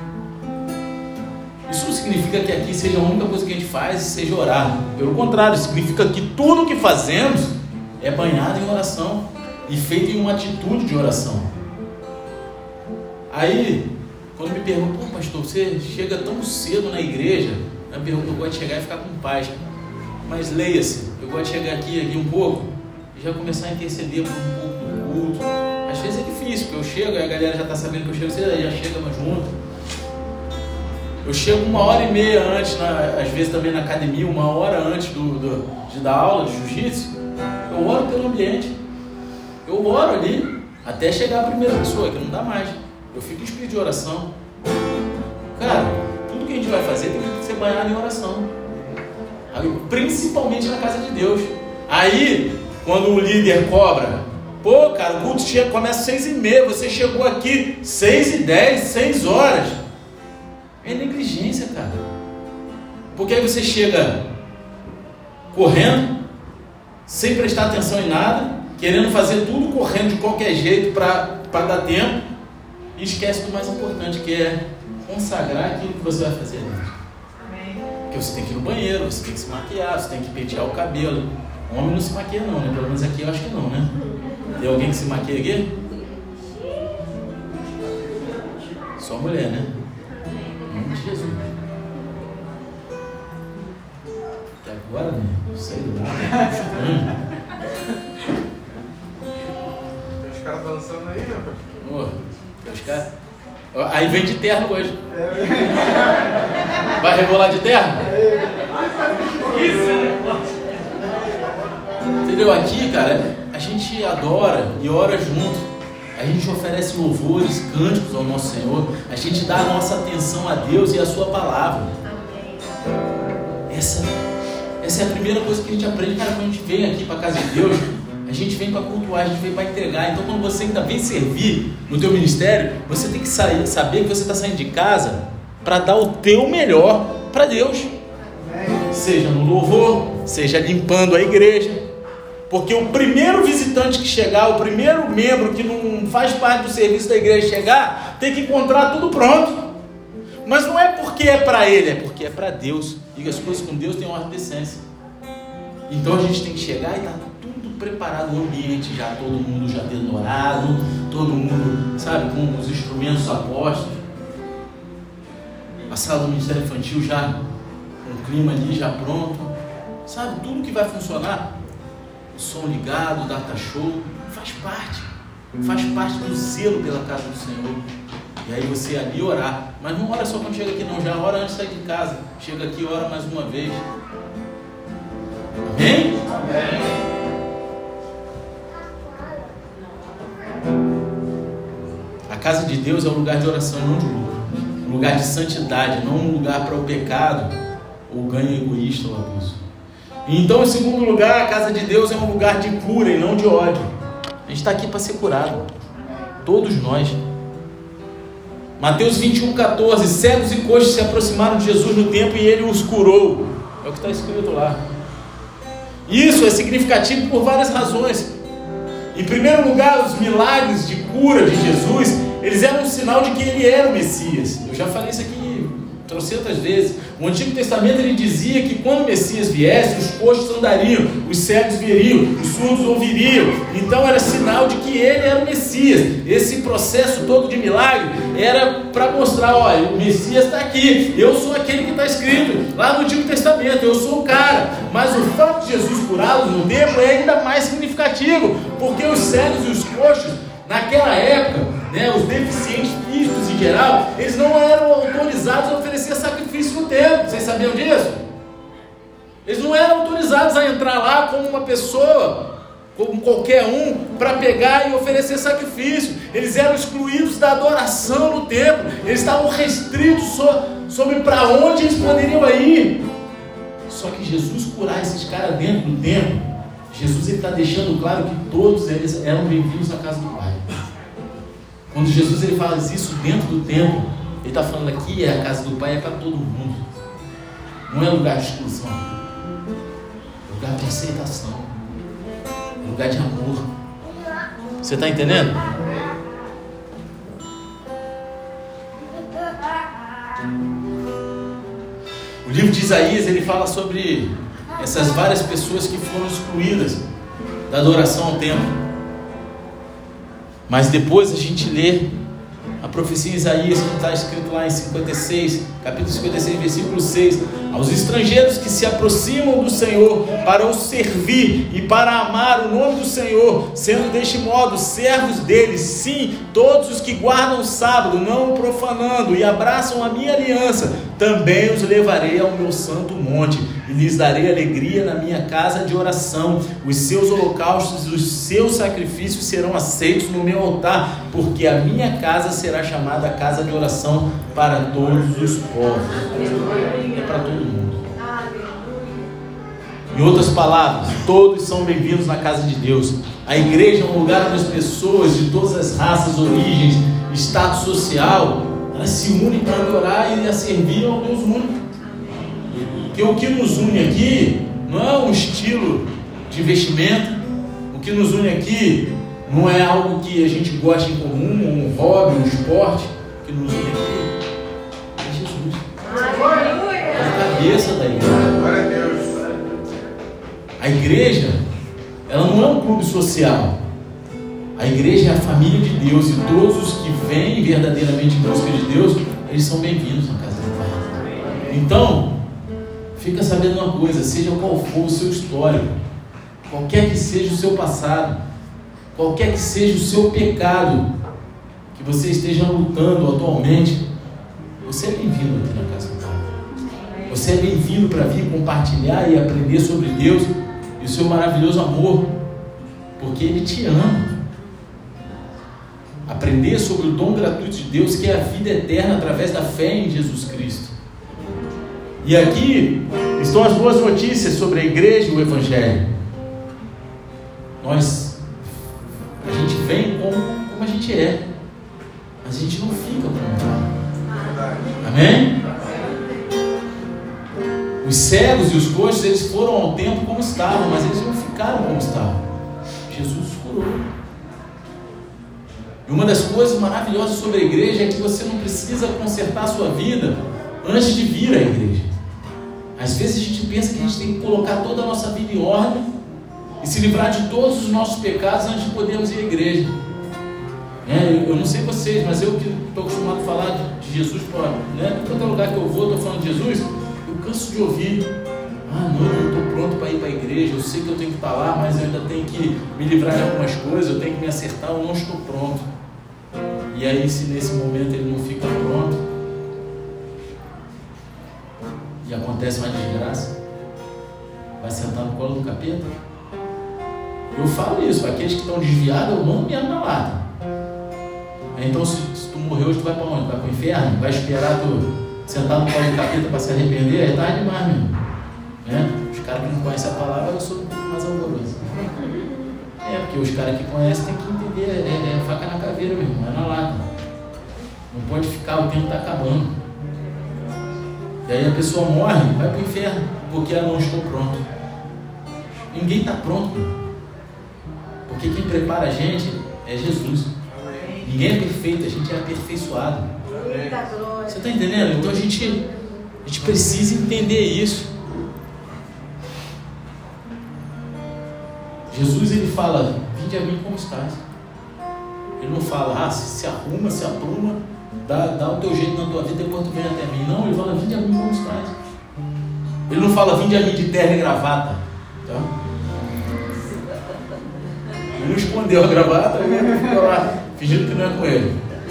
Isso não significa que aqui seja a única coisa que a gente faz e seja orar. Pelo contrário, significa que tudo o que fazemos é banhado em oração e feito em uma atitude de oração. Aí, quando me perguntam, pô, pastor, você chega tão cedo na igreja? Eu pergunto, eu gosto de chegar e ficar com paz. Mas leia-se, eu gosto de chegar aqui um pouco e já começar a interceder por um pouco do culto. Às vezes é difícil, porque eu chego e a galera já está sabendo que eu chego, você já chega mais junto. Eu chego 1h30 antes, às vezes também na academia, 1 hora antes de dar aula de jiu-jitsu. Eu oro pelo ambiente. Eu oro ali até chegar a primeira pessoa, que não dá mais. Eu fico em espírito de oração. Cara, tudo que a gente vai fazer tem que ser banhado em oração. Principalmente na casa de Deus. Aí, quando o líder cobra, pô, cara, o culto começa às 6h30, você chegou aqui 6h10, 6 horas. É negligência, cara. Porque aí você chega correndo, sem prestar atenção em nada, querendo fazer tudo correndo de qualquer jeito para dar tempo, e esquece do mais importante, que é consagrar aquilo que você vai fazer dentro. Porque você tem que ir no banheiro, você tem que se maquiar, você tem que pentear o cabelo. Homem não se maquia não, né? Pelo menos aqui eu acho que não, né? Tem alguém que se maquia aqui? Só mulher, né? Em nome de Jesus. Até agora, né? Eu sei lá. Tem os caras dançando aí, né? Tem os caras. Aí vem de terno hoje. Vai rebolar de terno? Entendeu? Aqui, cara, a gente adora e ora junto. A gente oferece louvores, cânticos ao nosso Senhor. A gente dá a nossa atenção a Deus e a sua palavra. Essa é a primeira coisa que a gente aprende, cara, quando a gente vem aqui para a casa de Deus. A gente vem para cultuar, a gente vem para entregar. Então, quando você ainda vem servir no teu ministério, você tem que saber que você está saindo de casa para dar o teu melhor para Deus. Seja no louvor, seja limpando a igreja. Porque o primeiro visitante que chegar, o primeiro membro que não faz parte do serviço da igreja chegar, tem que encontrar tudo pronto. Mas não é porque é para ele, é porque é para Deus. E as coisas com Deus têm uma ordem de decência. Então a gente tem que chegar e estar tudo preparado no ambiente já, todo mundo já denorado, todo mundo, sabe, com os instrumentos apostos. A sala do Ministério Infantil já com o clima ali já pronto. Sabe, tudo que vai funcionar. O som ligado, o data show, faz parte do zelo pela casa do Senhor. E aí você ali orar, mas não ora só quando chega aqui não, já ora antes de sair de casa, chega aqui e ora mais uma vez. Amém? Amém. A casa de Deus é um lugar de oração, não de lucro, um lugar de santidade, não um lugar para o pecado ou o ganho egoísta ou abuso. Então, em segundo lugar, a casa de Deus é um lugar de cura e não de ódio. A gente está aqui para ser curado. Todos nós. Mateus 21:14. Cegos e coxos se aproximaram de Jesus no templo e ele os curou. É o que está escrito lá. Isso é significativo por várias razões. Em primeiro lugar, os milagres de cura de Jesus, eles eram um sinal de que ele era o Messias. Eu já falei isso aqui trocentas vezes. O Antigo Testamento ele dizia que quando o Messias viesse, os coxos andariam, os cegos veriam, os surdos ouviriam. Então era sinal de que ele era o Messias. Esse processo todo de milagre era para mostrar, olha, o Messias está aqui, eu sou aquele que está escrito lá no Antigo Testamento, eu sou o cara. Mas o fato de Jesus curá-los no templo é ainda mais significativo, porque os cegos e os coxos, naquela época, né, os deficientes físicos em geral, eles não eram autorizados a oferecer sacrifício no templo. Vocês sabiam disso? Eles não eram autorizados a entrar lá como uma pessoa, como qualquer um, para pegar e oferecer sacrifício. Eles eram excluídos da adoração no templo. Eles estavam restritos sobre para onde eles poderiam ir. Só que Jesus curar esses caras dentro do templo, Jesus está deixando claro que todos eles eram bem-vindos na casa do Pai. Quando Jesus ele fala isso dentro do templo, ele está falando aqui, a casa do Pai é para todo mundo. Não é lugar de exclusão, é lugar de aceitação, é lugar de amor. Você está entendendo? O livro de Isaías ele fala sobre essas várias pessoas que foram excluídas da adoração ao templo. Mas depois a gente lê a profecia em Isaías, que está escrito lá em 56, capítulo 56, versículo 6: aos estrangeiros que se aproximam do Senhor para o servir e para amar o nome do Senhor, sendo deste modo servos deles, sim, todos os que guardam o sábado, não o profanando, e abraçam a minha aliança, também os levarei ao meu santo monte, e lhes darei alegria na minha casa de oração. Os seus holocaustos e os seus sacrifícios serão aceitos no meu altar, porque a minha casa será chamada casa de oração para todos os povos. É para todo mundo. Em outras palavras, todos são bem-vindos na casa de Deus. A igreja é um lugar onde as pessoas de todas as raças, origens, status social, elas se unem para adorar e a servir ao Deus único. Porque o que nos une aqui não é um estilo de vestimento, o que nos une aqui não é algo que a gente gosta em comum, um hobby, um esporte. O que nos une aqui é Jesus. É a cabeça da igreja. Glória a Deus. A igreja, ela não é um clube social. A igreja é a família de Deus, e todos os que vêm verdadeiramente em busca de Deus, eles são bem-vindos na casa do Pai. Então, fica sabendo uma coisa: seja qual for o seu histórico, qualquer que seja o seu passado, qualquer que seja o seu pecado que você esteja lutando atualmente, você é bem-vindo aqui na casa do Pai. Você é bem-vindo para vir compartilhar e aprender sobre Deus e o seu maravilhoso amor, porque Ele te ama. Aprender sobre o dom gratuito de Deus, que é a vida eterna através da fé em Jesus Cristo. E aqui estão as boas notícias sobre a igreja e o Evangelho. A gente vem como a gente é, mas a gente não fica como está. Amém? Os cegos e os coxos, eles foram ao templo como estavam, mas eles não ficaram como estavam. Jesus os curou. E uma das coisas maravilhosas sobre a igreja é que você não precisa consertar a sua vida antes de vir à igreja. Às vezes a gente pensa que a gente tem que colocar toda a nossa vida em ordem e se livrar de todos os nossos pecados antes de podermos ir à igreja. Eu não sei vocês, mas eu que estou acostumado a falar de Jesus, em todo lugar que eu vou, estou falando de Jesus, eu canso de ouvir: não, eu não estou pronto para ir para a igreja, eu sei que eu tenho que estar lá, mas eu ainda tenho que me livrar de algumas coisas, eu tenho que me acertar, eu não estou pronto. E aí, se nesse momento ele não fica pronto e acontece uma desgraça, vai sentar no colo do capeta? Eu falo isso, aqueles que estão desviados, eu mando mesmo na lata. Então, se tu morrer hoje, tu vai para onde? Vai para o inferno? Vai esperar tu sentar no colo do capeta para se arrepender? É tarde demais mesmo. Os caras que não conhecem a palavra, eu sou um pouco mais amoroso. Porque os caras que conhecem têm que entender, é faca na caveira mesmo, é na lata. Não pode ficar, o tempo está acabando. E aí a pessoa morre, vai para o inferno, porque ela não estou pronto. Ninguém está pronto. Porque quem prepara a gente é Jesus. Ninguém é perfeito, a gente é aperfeiçoado. Você está entendendo? Então a gente precisa entender isso. Jesus, ele fala: vinde a mim como estás. Ele não fala: se arruma, se apruma, dá o teu jeito na tua vida, depois tu vem até mim. Não, ele fala: vinde a mim como estás. Ele não fala: vinde a mim de terno e gravata. Tá? Ele não escondeu a gravata, ele ficou lá fingindo que não é com ele.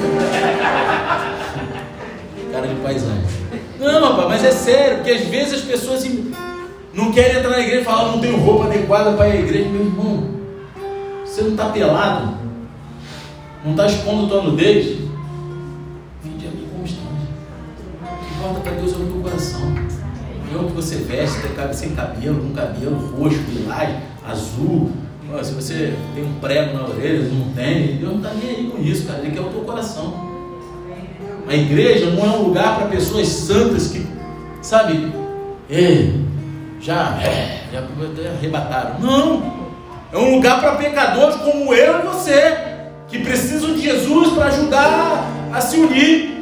Cara de paisagem. Não, rapaz, mas é sério, porque às vezes as pessoas não querem entrar na igreja e falar: não tenho roupa adequada para ir à igreja. Meu irmão, você não está pelado? Não está expondo tua nudez? Vinde a mim como estás. O que importa para você veste, sem cabelo, com cabelo roxo, lilás, azul. Se você tem um prego na orelha, não tem, Deus não está nem aí com isso, cara. Ele quer o teu coração. A igreja não é um lugar para pessoas santas que, sabe, já arrebataram. Não! É um lugar para pecadores como eu e você, que precisam de Jesus para ajudar a se unir.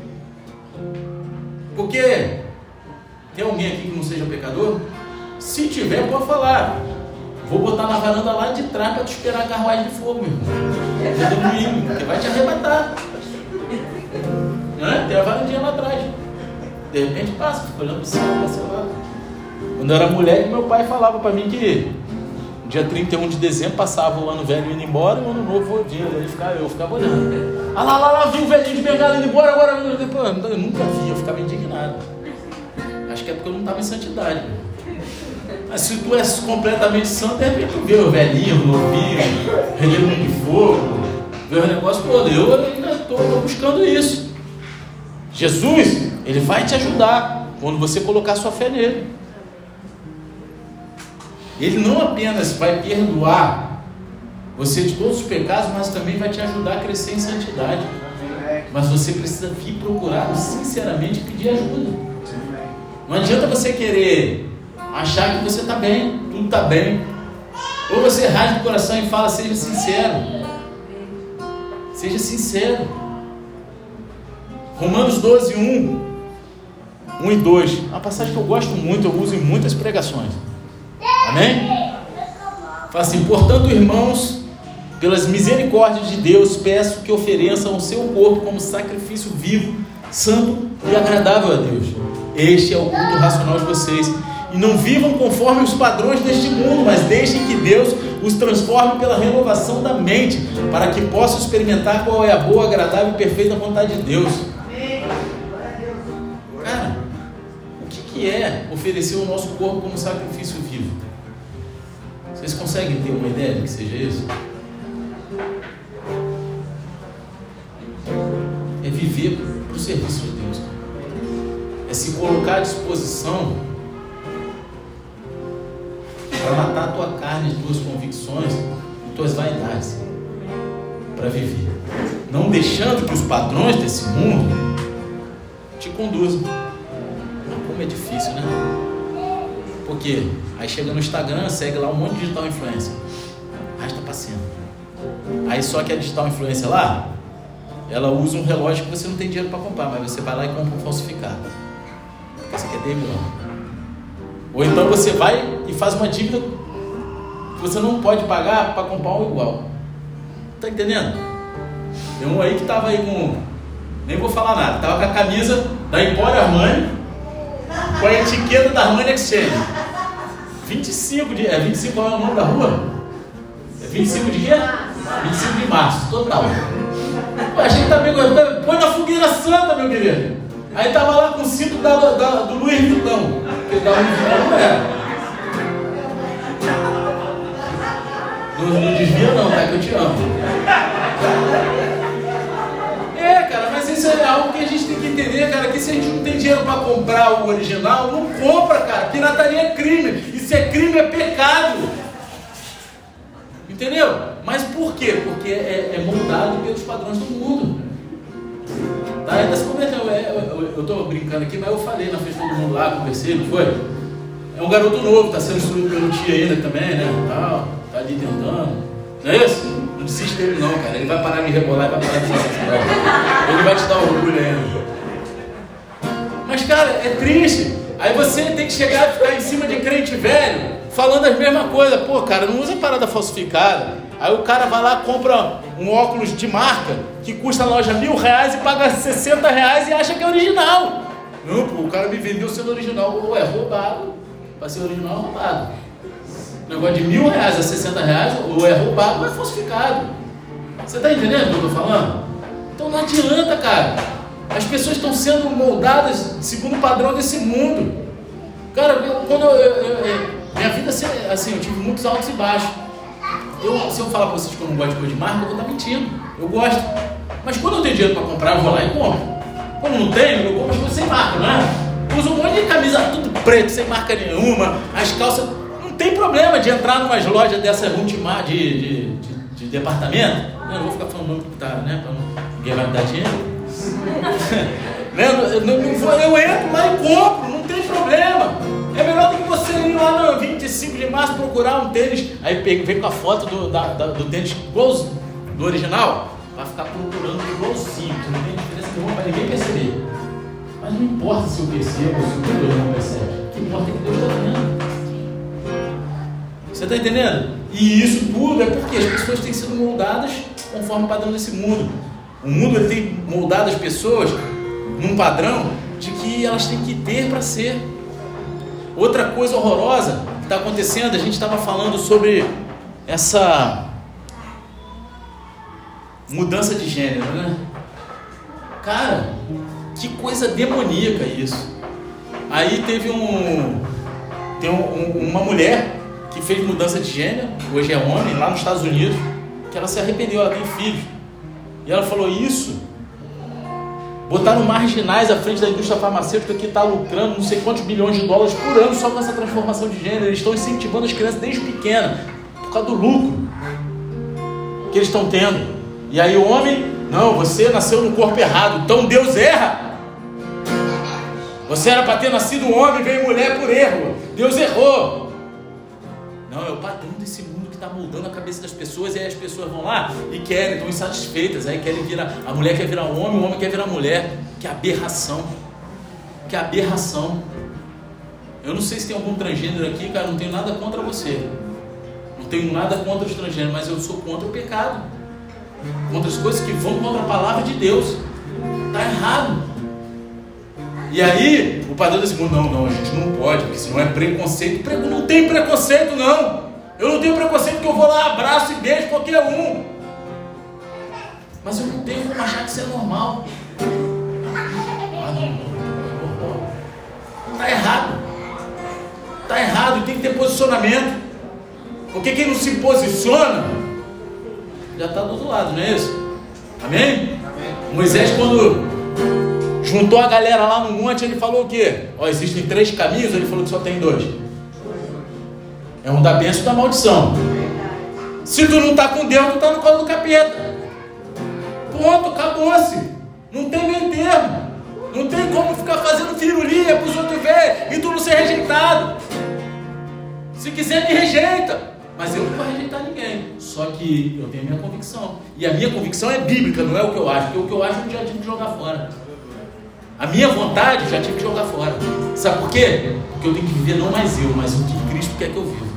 Porque tem alguém aqui que não seja pecador? Se tiver, pode falar. Vou botar na varanda lá de trás para te esperar a carruagem de fogo, meu irmão. No domingo, porque vai te arrebatar. Tem a varandinha lá atrás. De repente passa, fica olhando para o céu, sei lá. Quando eu era mulher, meu pai falava para mim que dia 31 de dezembro passava o ano velho indo embora e o ano novo vinha. Eu ficava olhando. Ah lá, vi o velhinho de bengala indo embora agora. Eu nunca vi, eu ficava indignado. Acho que é porque eu não estava em santidade. Mas se tu és completamente santo, de repente tu vê o velhinho, o novinho, relembro de fogo, vê o negócio todo. Eu ainda estou buscando isso. Jesus, Ele vai te ajudar quando você colocar sua fé nele. Ele não apenas vai perdoar você de todos os pecados, mas também vai te ajudar a crescer em santidade. Mas você precisa vir procurar sinceramente pedir ajuda. Não adianta você querer achar que você está bem, tudo está bem. Ou você rasga o coração e fala, seja sincero. Seja sincero. Romanos 12, 1 e 2. Uma passagem que eu gosto muito, eu uso em muitas pregações. Amém? Fala assim: portanto, irmãos, pelas misericórdias de Deus, peço que ofereçam o seu corpo como sacrifício vivo, santo e agradável a Deus. Este é o culto racional de vocês. E não vivam conforme os padrões deste mundo, mas deixem que Deus os transforme pela renovação da mente, para que possam experimentar qual é a boa, agradável e perfeita vontade de Deus. Cara, o que é oferecer o nosso corpo como sacrifício vivo? Vocês conseguem ter uma ideia do que seja isso? É viver para o serviço de Deus. É se colocar à disposição para matar a tua carne, as tuas convicções e tuas vaidades, para viver, não deixando que os padrões desse mundo te conduzam. Como é difícil, né? Porque aí chega no Instagram, segue lá um monte de digital influencer, arrasta pra cima. Aí só que a digital influencer lá, ela usa um relógio que você não tem dinheiro para comprar, mas você vai lá e compra um falsificado, porque você quer ter milhão. Ou então você vai e faz uma dívida que você não pode pagar para comprar um igual. Tá entendendo? Tem um aí que tava aí com, nem vou falar nada, tava com a camisa da Emporio Armani, com a etiqueta da Armani Exchange. 25 qual é o nome da rua? É 25 de quê? 25 de março, total. A gente tá bem, põe na fogueira santa, meu querido. Aí tava lá com o cinto do Louis Vuitton. Porque da Louis Vuitton não era. Não desvia não, tá? Que eu te amo. Cara, mas isso é algo que a gente tem que entender, cara. Que se a gente não tem dinheiro para comprar o original, não compra, cara. Pirataria é crime. E se é crime, é pecado. Entendeu? Mas por quê? Porque é moldado pelos padrões do mundo. Tá? Eu tô brincando aqui, mas eu falei na frente de todo mundo lá, conversei, não foi? É um garoto novo, tá sendo instruído pelo tio ainda também, né? Tá ali tentando. Não é isso? Não desiste dele não, cara. Ele vai parar de rebolar e vai parar de fazer. Ele vai te dar orgulho ainda. Mas, cara, é triste. Aí você tem que chegar e ficar em cima de crente velho, falando as mesmas coisas. Pô, cara, não usa parada falsificada. Aí o cara vai lá, compra um óculos de marca que custa na loja R$1.000 e paga R$60 e acha que é original. Não, pô, o cara me vendeu sendo original. Ou é roubado, para ser original é roubado. O negócio de R$1.000 a R$60, ou é roubado ou é falsificado. Você está entendendo o que eu estou falando? Então não adianta, cara. As pessoas estão sendo moldadas segundo o padrão desse mundo. Cara, minha vida, assim, eu tive muitos altos e baixos. Se eu falar para vocês que eu não gosto de coisa de marca, eu vou estar mentindo. Eu gosto. Mas quando eu tenho dinheiro para comprar, eu vou lá e compro. Como não tenho, eu compro as coisas sem marca, não é? usa um monte de camisa tudo preto, sem marca nenhuma, as calças. Não tem problema de entrar numas lojas dessa ultimar de departamento. Eu não vou ficar falando nome que tá, né? Pra ninguém vai me dar dinheiro. Eu entro lá e compro, não tem problema. É melhor do que você ir lá no 25 de março procurar um tênis, aí vem com a foto do tênis igualzinho, do original, vai ficar procurando igualzinho, que não tem diferença nenhuma para ninguém perceber. Mas não importa se eu percebo ou se o Deus não percebe, o que importa é que Deus está vendo. Você está entendendo? E isso tudo é porque as pessoas têm sido moldadas conforme o padrão desse mundo. O mundo ele tem moldado as pessoas num padrão de que elas têm que ter para ser. Outra coisa horrorosa que está acontecendo, a gente estava falando sobre essa mudança de gênero, né? Cara, que coisa demoníaca isso. Aí teve uma mulher que fez mudança de gênero, hoje é homem, lá nos Estados Unidos, que ela se arrependeu, ela tem filhos. E ela falou isso, botaram marginais à frente da indústria farmacêutica que está lucrando não sei quantos bilhões de dólares por ano só com essa transformação de gênero. Eles estão incentivando as crianças desde pequenas, por causa do lucro que eles estão tendo. E aí o homem, não, você nasceu no corpo errado, então Deus erra. Você era para ter nascido homem, veio mulher por erro, Deus errou. Não, é o padrão desse mundo que está moldando a cabeça das pessoas. E aí as pessoas vão lá e querem, estão insatisfeitas. Aí querem virar, a mulher quer virar homem, o homem quer virar mulher. Que aberração. Que aberração. Eu não sei se tem algum transgênero aqui, cara, não tenho nada contra você. Não tenho nada contra os transgêneros, mas eu sou contra o pecado. Contra as coisas que vão contra a palavra de Deus. Está errado. E aí, o padrão desse mundo, não, a gente não pode, porque senão é preconceito. Não tem preconceito, não. Eu não tenho preconceito que eu vou lá, abraço e beijo qualquer um. Mas eu não tenho como achar que isso é normal. Está errado. Está errado, tem que ter posicionamento. Porque quem não se posiciona, já está do outro lado, não é isso? Amém? Amém. Moisés, quando juntou a galera lá no monte, ele falou o quê? Existem 3 caminhos, ele falou que só tem 2. É um da bênção e da maldição. Se tu não está com Deus, tu está no colo do capeta. Ponto, acabou-se. Não tem meio termo. Não tem como ficar fazendo firulinha para os outros verem e tu não ser rejeitado. Se quiser, me rejeita. Mas eu não vou rejeitar ninguém. Só que eu tenho a minha convicção. E a minha convicção é bíblica, não é o que eu acho. Porque o que eu acho eu já tive que jogar fora. A minha vontade eu já tive que jogar fora. Sabe por quê? Porque eu tenho que viver não mais eu, mas o que Cristo quer que eu viva.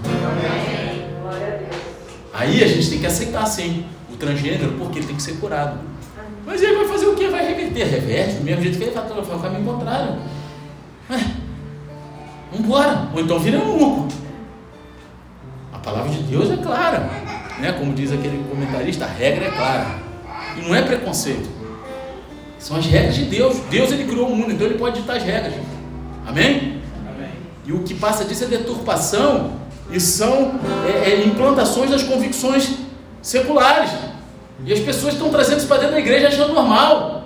Aí a gente tem que aceitar sim o transgênero, porque ele tem que ser curado. Mas ele vai fazer o quê? Vai reverter? Reverte, do mesmo jeito que ele vai o caminho contrário. Vambora. Ou então vira eunuco. A palavra de Deus é clara, né? Como diz aquele comentarista, a regra é clara. E não é preconceito. São as regras de Deus. Deus ele criou o mundo, então ele pode ditar as regras. Amém? Amém. E o que passa disso é deturpação e são implantações das convicções seculares. E as pessoas estão trazendo isso para dentro da igreja achando normal.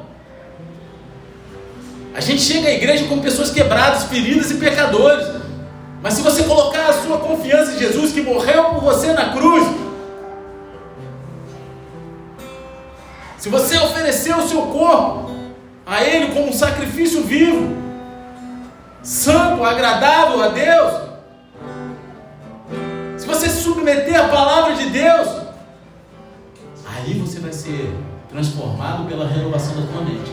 A gente chega à igreja com pessoas quebradas, feridas e pecadores. Mas se você colocar a sua confiança em Jesus, que morreu por você na cruz, se você oferecer o seu corpo a Ele como um sacrifício vivo, santo, agradável a Deus, se você se submeter à palavra de Deus, aí você vai ser transformado pela renovação da tua mente.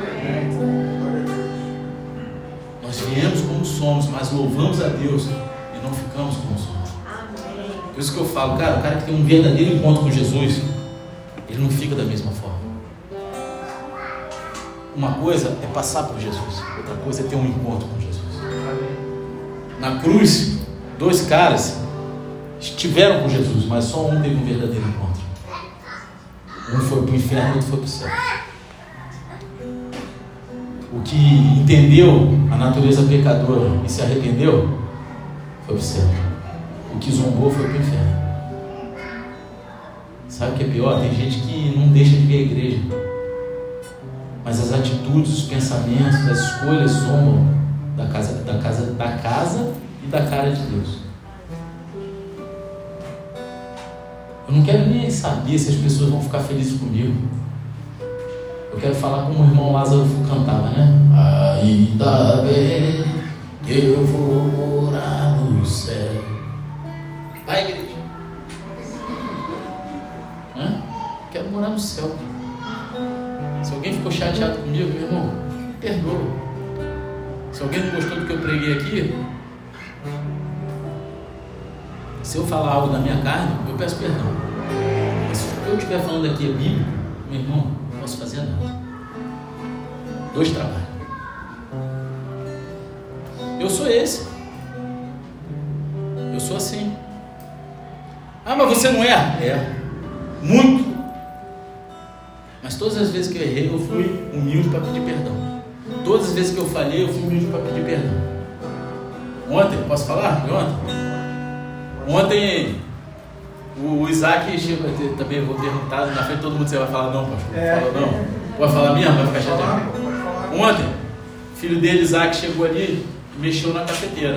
Nós viemos como somos, mas louvamos a Deus e não ficamos como somos. Por isso que eu falo, cara, o cara que tem um verdadeiro encontro com Jesus, ele não fica da mesma forma. Uma coisa é passar por Jesus, outra coisa é ter um encontro com Jesus. Na cruz, 2 caras estiveram com Jesus, mas só um teve um verdadeiro encontro. Um foi para o inferno, outro foi para o céu. O que entendeu a natureza pecadora e se arrependeu foi para o céu. O que zombou foi para o inferno. Sabe o que é pior? Tem gente que não deixa de vir à igreja, mas as atitudes, os pensamentos, as escolhas zombam da casa e da cara de Deus. Eu não quero nem saber se as pessoas vão ficar felizes comigo. Eu quero falar como o irmão Lázaro cantava, né? Ainda bem que eu vou morar no céu. Vai, igreja. Quero morar no céu. Se alguém ficou chateado comigo, meu irmão, perdoa. Se alguém não gostou do que eu preguei aqui, se eu falar algo da minha carne, eu peço perdão. Mas se o que eu estiver falando aqui é bíblico, meu irmão, não posso fazer nada. 2 trabalhos. Eu sou esse. Eu sou assim. Ah, mas você não erra? É. Muito. Mas todas as vezes que eu errei, eu fui humilde para pedir perdão. Todas as vezes que eu falhei, eu fui humilde para pedir perdão. Ontem, posso falar? De ontem? Ontem, o Isaac chegou, também vou perguntar, na frente de todo mundo você vai falar não, pastor? Fala não. Pode falar mesmo? Vai ficar chateado? Ontem, o filho dele, Isaac, chegou ali e mexeu na cafeteira.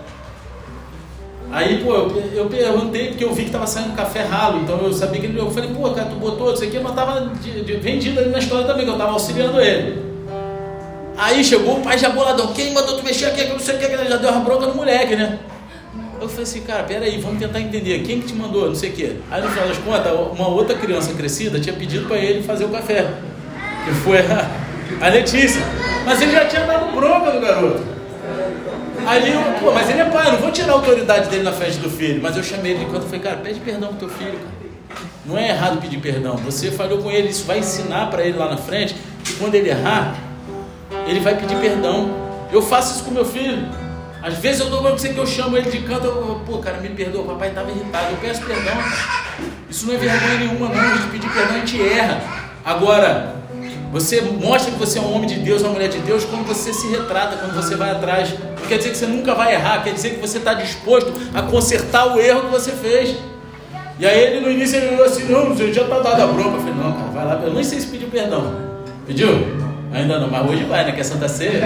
Aí, pô, eu perguntei, porque eu vi que estava saindo café ralo, então eu sabia que ele... Eu falei, pô, cara, tu botou isso aqui, mas estava vendido ali na história também, que eu estava auxiliando ele. Aí chegou o pai já boladão, quem mandou tu mexer aqui, não sei o que, ele já deu uma bronca no moleque, né? Eu falei assim, cara, peraí, vamos tentar entender, quem que te mandou, não sei o que. Aí no final das contas, uma outra criança crescida tinha pedido para ele fazer o café, que foi a Letícia, mas ele já tinha dado bronca no garoto. Ali, pô, mas ele é pai, eu não vou tirar a autoridade dele na frente do filho, mas eu chamei ele de canto e falei, cara, pede perdão pro teu filho, cara. Não é errado pedir perdão, você falhou com ele, isso vai ensinar para ele lá na frente, que quando ele errar, ele vai pedir perdão. Eu faço isso com meu filho. Às vezes eu dou pra você que eu chamo ele de canto, pô, cara, me perdoa, o papai estava irritado, eu peço perdão, cara. Isso não é vergonha nenhuma não, a gente pedir perdão, a gente erra. Agora, você mostra que você é um homem de Deus, uma mulher de Deus, quando você se retrata, quando você vai atrás. Não quer dizer que você nunca vai errar, quer dizer que você está disposto a consertar o erro que você fez. E aí ele no início ele falou assim, não, você já está dado a bronca. Eu falei, não, cara, vai lá, eu nem sei se pediu perdão. Pediu? Ainda não, mas hoje vai, né, que é Santa Ceia.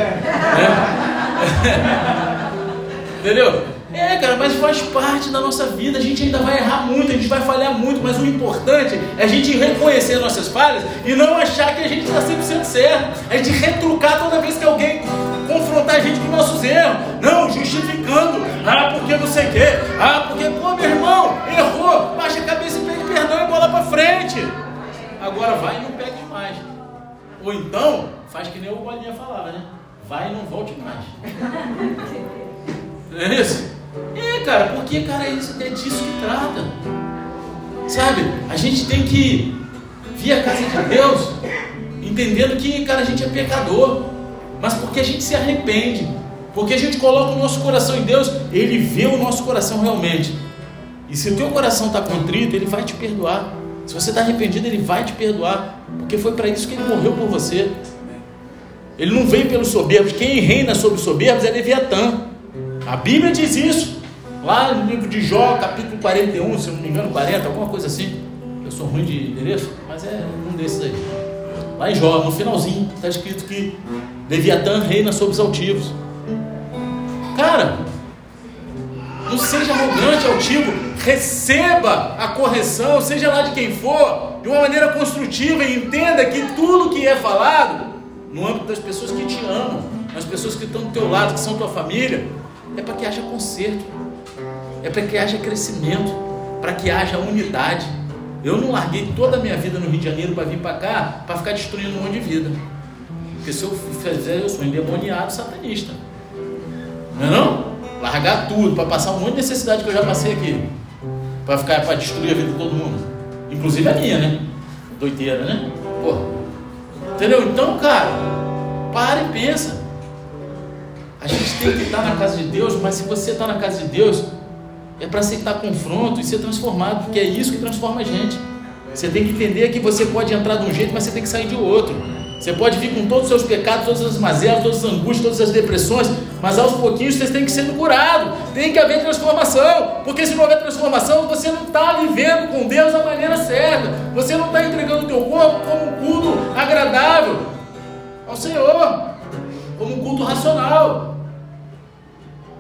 Entendeu? Cara, mas faz parte da nossa vida, a gente ainda vai errar muito, a gente vai falhar muito, mas o importante é a gente reconhecer nossas falhas e não achar que a gente está 100% certo, a gente retrucar toda vez que alguém confrontar a gente com nossos erros, não, justificando, porque não sei o quê, porque, pô, meu irmão, errou, baixa a cabeça e pede perdão e bola pra frente. Agora vai e não pegue mais. Ou então, faz que nem o Bolinha falava, né? Vai e não volte mais. Não é isso? Cara, porque, cara, é disso que trata. Sabe? A gente tem que vir à casa de Deus entendendo que, cara, a gente é pecador, mas porque a gente se arrepende, porque a gente coloca o nosso coração em Deus, Ele vê o nosso coração realmente. E se o teu coração está contrito, Ele vai te perdoar. Se você está arrependido, Ele vai te perdoar, porque foi para isso que Ele morreu por você. Ele não veio pelos soberbos. Quem reina sobre os soberbos é Leviatã. A Bíblia diz isso, lá no livro de Jó, capítulo 41, se eu não me engano, 40, alguma coisa assim. Eu sou ruim de endereço, mas é um desses aí. Lá em Jó, no finalzinho, está escrito que Leviatã reina sobre os altivos. Cara, não seja arrogante, altivo, receba a correção, seja lá de quem for, de uma maneira construtiva, e entenda que tudo que é falado, no âmbito das pessoas que te amam, as pessoas que estão do teu lado, que são tua família, é para que haja conserto, é para que haja crescimento, para que haja unidade. Eu não larguei toda a minha vida no Rio de Janeiro para vir para cá, para ficar destruindo um monte de vida, porque se eu fizer, eu sou endemoniado satanista, não é não? Largar tudo, para passar um monte de necessidade que eu já passei aqui, para destruir a vida de todo mundo, inclusive a minha, né? Doideira, né? Porra. Entendeu? Então, cara, para e pensa. A gente tem que estar na casa de Deus, mas se você está na casa de Deus, é para aceitar confronto e ser transformado, porque é isso que transforma a gente. Você tem que entender que você pode entrar de um jeito, mas você tem que sair de outro. Você pode vir com todos os seus pecados, todas as mazelas, todas as angústias, todas as depressões, mas aos pouquinhos vocês têm que ser curados. Tem que haver transformação, porque se não houver transformação, você não está vivendo com Deus da maneira certa. Você não está entregando o teu corpo como um culto agradável ao Senhor, como um culto racional.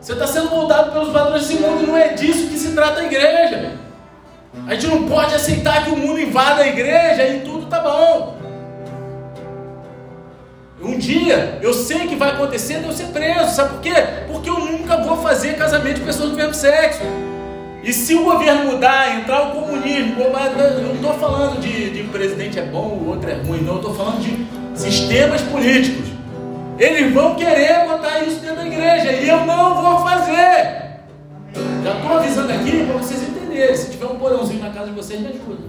Você está sendo moldado pelos padrões desse mundo e não é disso que se trata a igreja. A gente não pode aceitar que o mundo invada a igreja e tudo está bom. Um dia, eu sei que vai acontecer de eu ser preso. Sabe por quê? Porque eu nunca vou fazer casamento de pessoas do mesmo sexo. E se o governo mudar, entrar o comunismo, eu não estou falando de presidente é bom, o outro é ruim, não. Eu estou falando de sistemas políticos. Eles vão querer botar isso dentro da igreja e eu não vou fazer. Já estou avisando aqui para vocês entenderem. Se tiver um porãozinho na casa de vocês, me ajuda.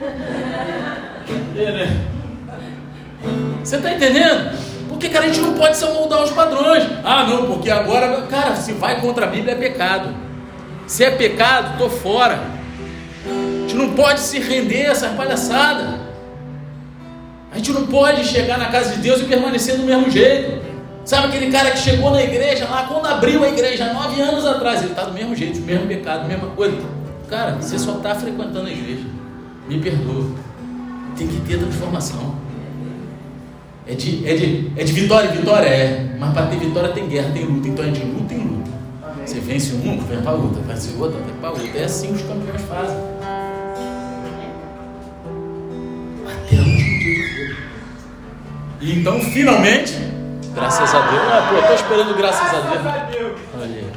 Você está entendendo? Porque, cara, a gente não pode se moldar os padrões. Ah, não, porque agora, cara, se vai contra a Bíblia é pecado. Se é pecado, estou fora. A gente não pode se render a essas palhaçadas. A gente não pode chegar na casa de Deus e permanecer do mesmo jeito. Sabe aquele cara que chegou na igreja lá, quando abriu a igreja 9 anos atrás, ele está do mesmo jeito, mesmo pecado, mesma coisa. Cara, você só está frequentando a igreja. Me perdoa. Tem que ter transformação. É de vitória em vitória? É. Mas para ter vitória tem guerra, tem luta. Então é de luta em luta. Amém. Você vence uma, vem para outra. Vence outra, vem para outra. É assim que os campeões fazem. Até o último. E então, finalmente, graças a Deus. Estou esperando graças a Deus. Olha aí.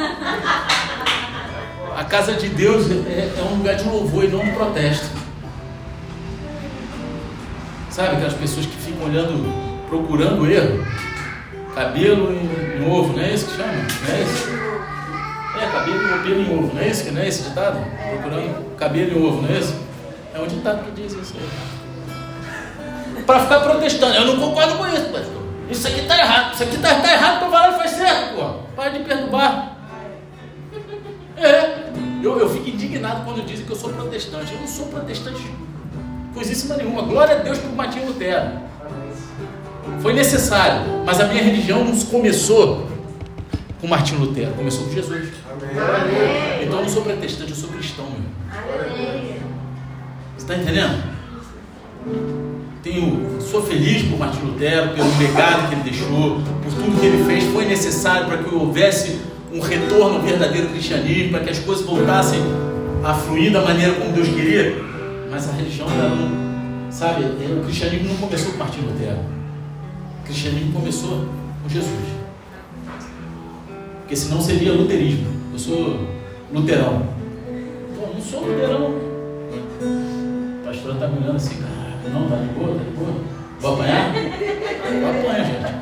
A casa de Deus é um lugar de louvor e não de protesto. Sabe aquelas pessoas que ficam olhando, procurando erro? Cabelo em ovo, não é isso que chama? Não é isso? É, cabelo em ovo, não é isso? Não é esse ditado? Procurando cabelo em ovo, não é isso? É um ditado que diz isso aí. Para ficar protestando, eu não concordo com isso, pastor. Isso aqui está errado, isso aqui está errado, para falar faz certo, pô. Para de perturbar. Eu fico indignado quando dizem que eu sou protestante. Eu não sou protestante coisíssima nenhuma. Glória a Deus por Martinho Lutero. Foi necessário, mas a minha religião não começou com Martinho Lutero, começou com Jesus. Amém. Então eu não sou protestante, eu sou cristão. Amém. Você está entendendo? Sou feliz por Martinho Lutero, pelo legado que ele deixou, por tudo que ele fez. Foi necessário para que houvesse um retorno ao verdadeiro cristianismo, para que as coisas voltassem a fluir da maneira como Deus queria. Mas a religião ainda não, sabe, o cristianismo não começou com Martinho Lutero. O cristianismo começou com Jesus. Porque senão seria luterismo. Eu sou luterão. Pô, não sou luterão. O pastor está me olhando assim, cara, não, tá de boa, tá de boa. Vou apanhar? Vou apanhar, gente.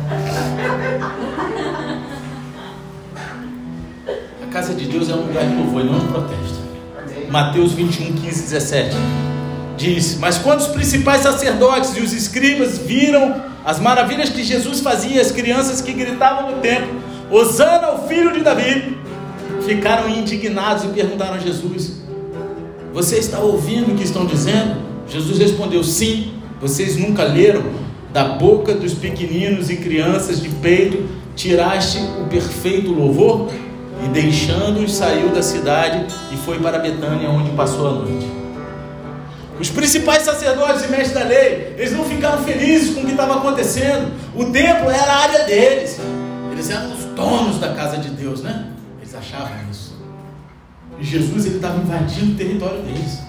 A casa de Deus é um lugar de louvor e não de protesto. Mateus 21, 15, 17 diz: mas quando os principais sacerdotes e os escribas viram as maravilhas que Jesus fazia, as crianças que gritavam no templo, Hosana ao filho de Davi, ficaram indignados e perguntaram a Jesus: você está ouvindo o que estão dizendo? Jesus respondeu: sim. Vocês nunca leram? Da boca dos pequeninos e crianças de peito tiraste o perfeito louvor? E deixando-os saiu da cidade e foi para Betânia, onde passou a noite. Os principais sacerdotes e mestres da lei, eles não ficaram felizes com o que estava acontecendo. O templo era a área deles. Eles eram os donos da casa de Deus, né? Eles achavam isso. E Jesus, ele estava invadindo o território deles.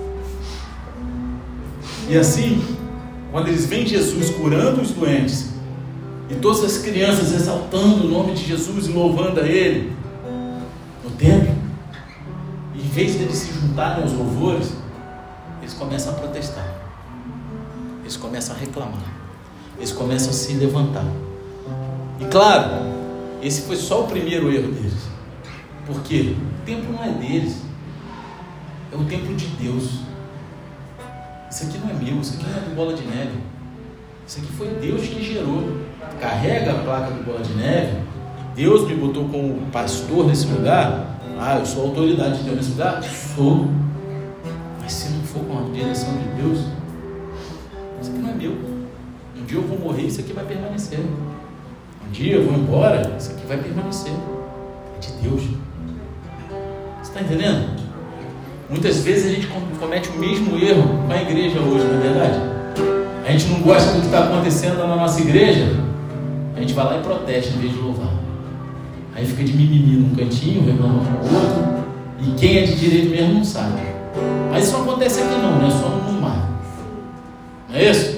E assim, quando eles veem Jesus curando os doentes e todas as crianças exaltando o nome de Jesus e louvando a Ele no templo, em vez de eles se juntarem aos louvores, eles começam a protestar, eles começam a reclamar, eles começam a se levantar. E claro, esse foi só o primeiro erro deles. Porque o templo não é deles, é o templo de Deus. Isso aqui não é meu, isso aqui não é do Bola de Neve. Isso aqui foi Deus que gerou. Carrega a placa do Bola de Neve. Deus me botou como pastor nesse lugar. Eu sou a autoridade de Deus nesse lugar? Sou. Mas se não for com a direção de Deus, isso aqui não é meu. Um dia eu vou morrer, isso aqui vai permanecer. Um dia eu vou embora, isso aqui vai permanecer. É de Deus. Você está entendendo? Muitas vezes a gente comete o mesmo erro com a igreja hoje, não é verdade? A gente não gosta do que está acontecendo na nossa igreja, a gente vai lá e protesta em vez de louvar. Aí fica de mimimi num cantinho, reclamando com o outro, e quem é de direito mesmo não sabe. Mas isso não acontece aqui não, né? Só no mar. Não é isso?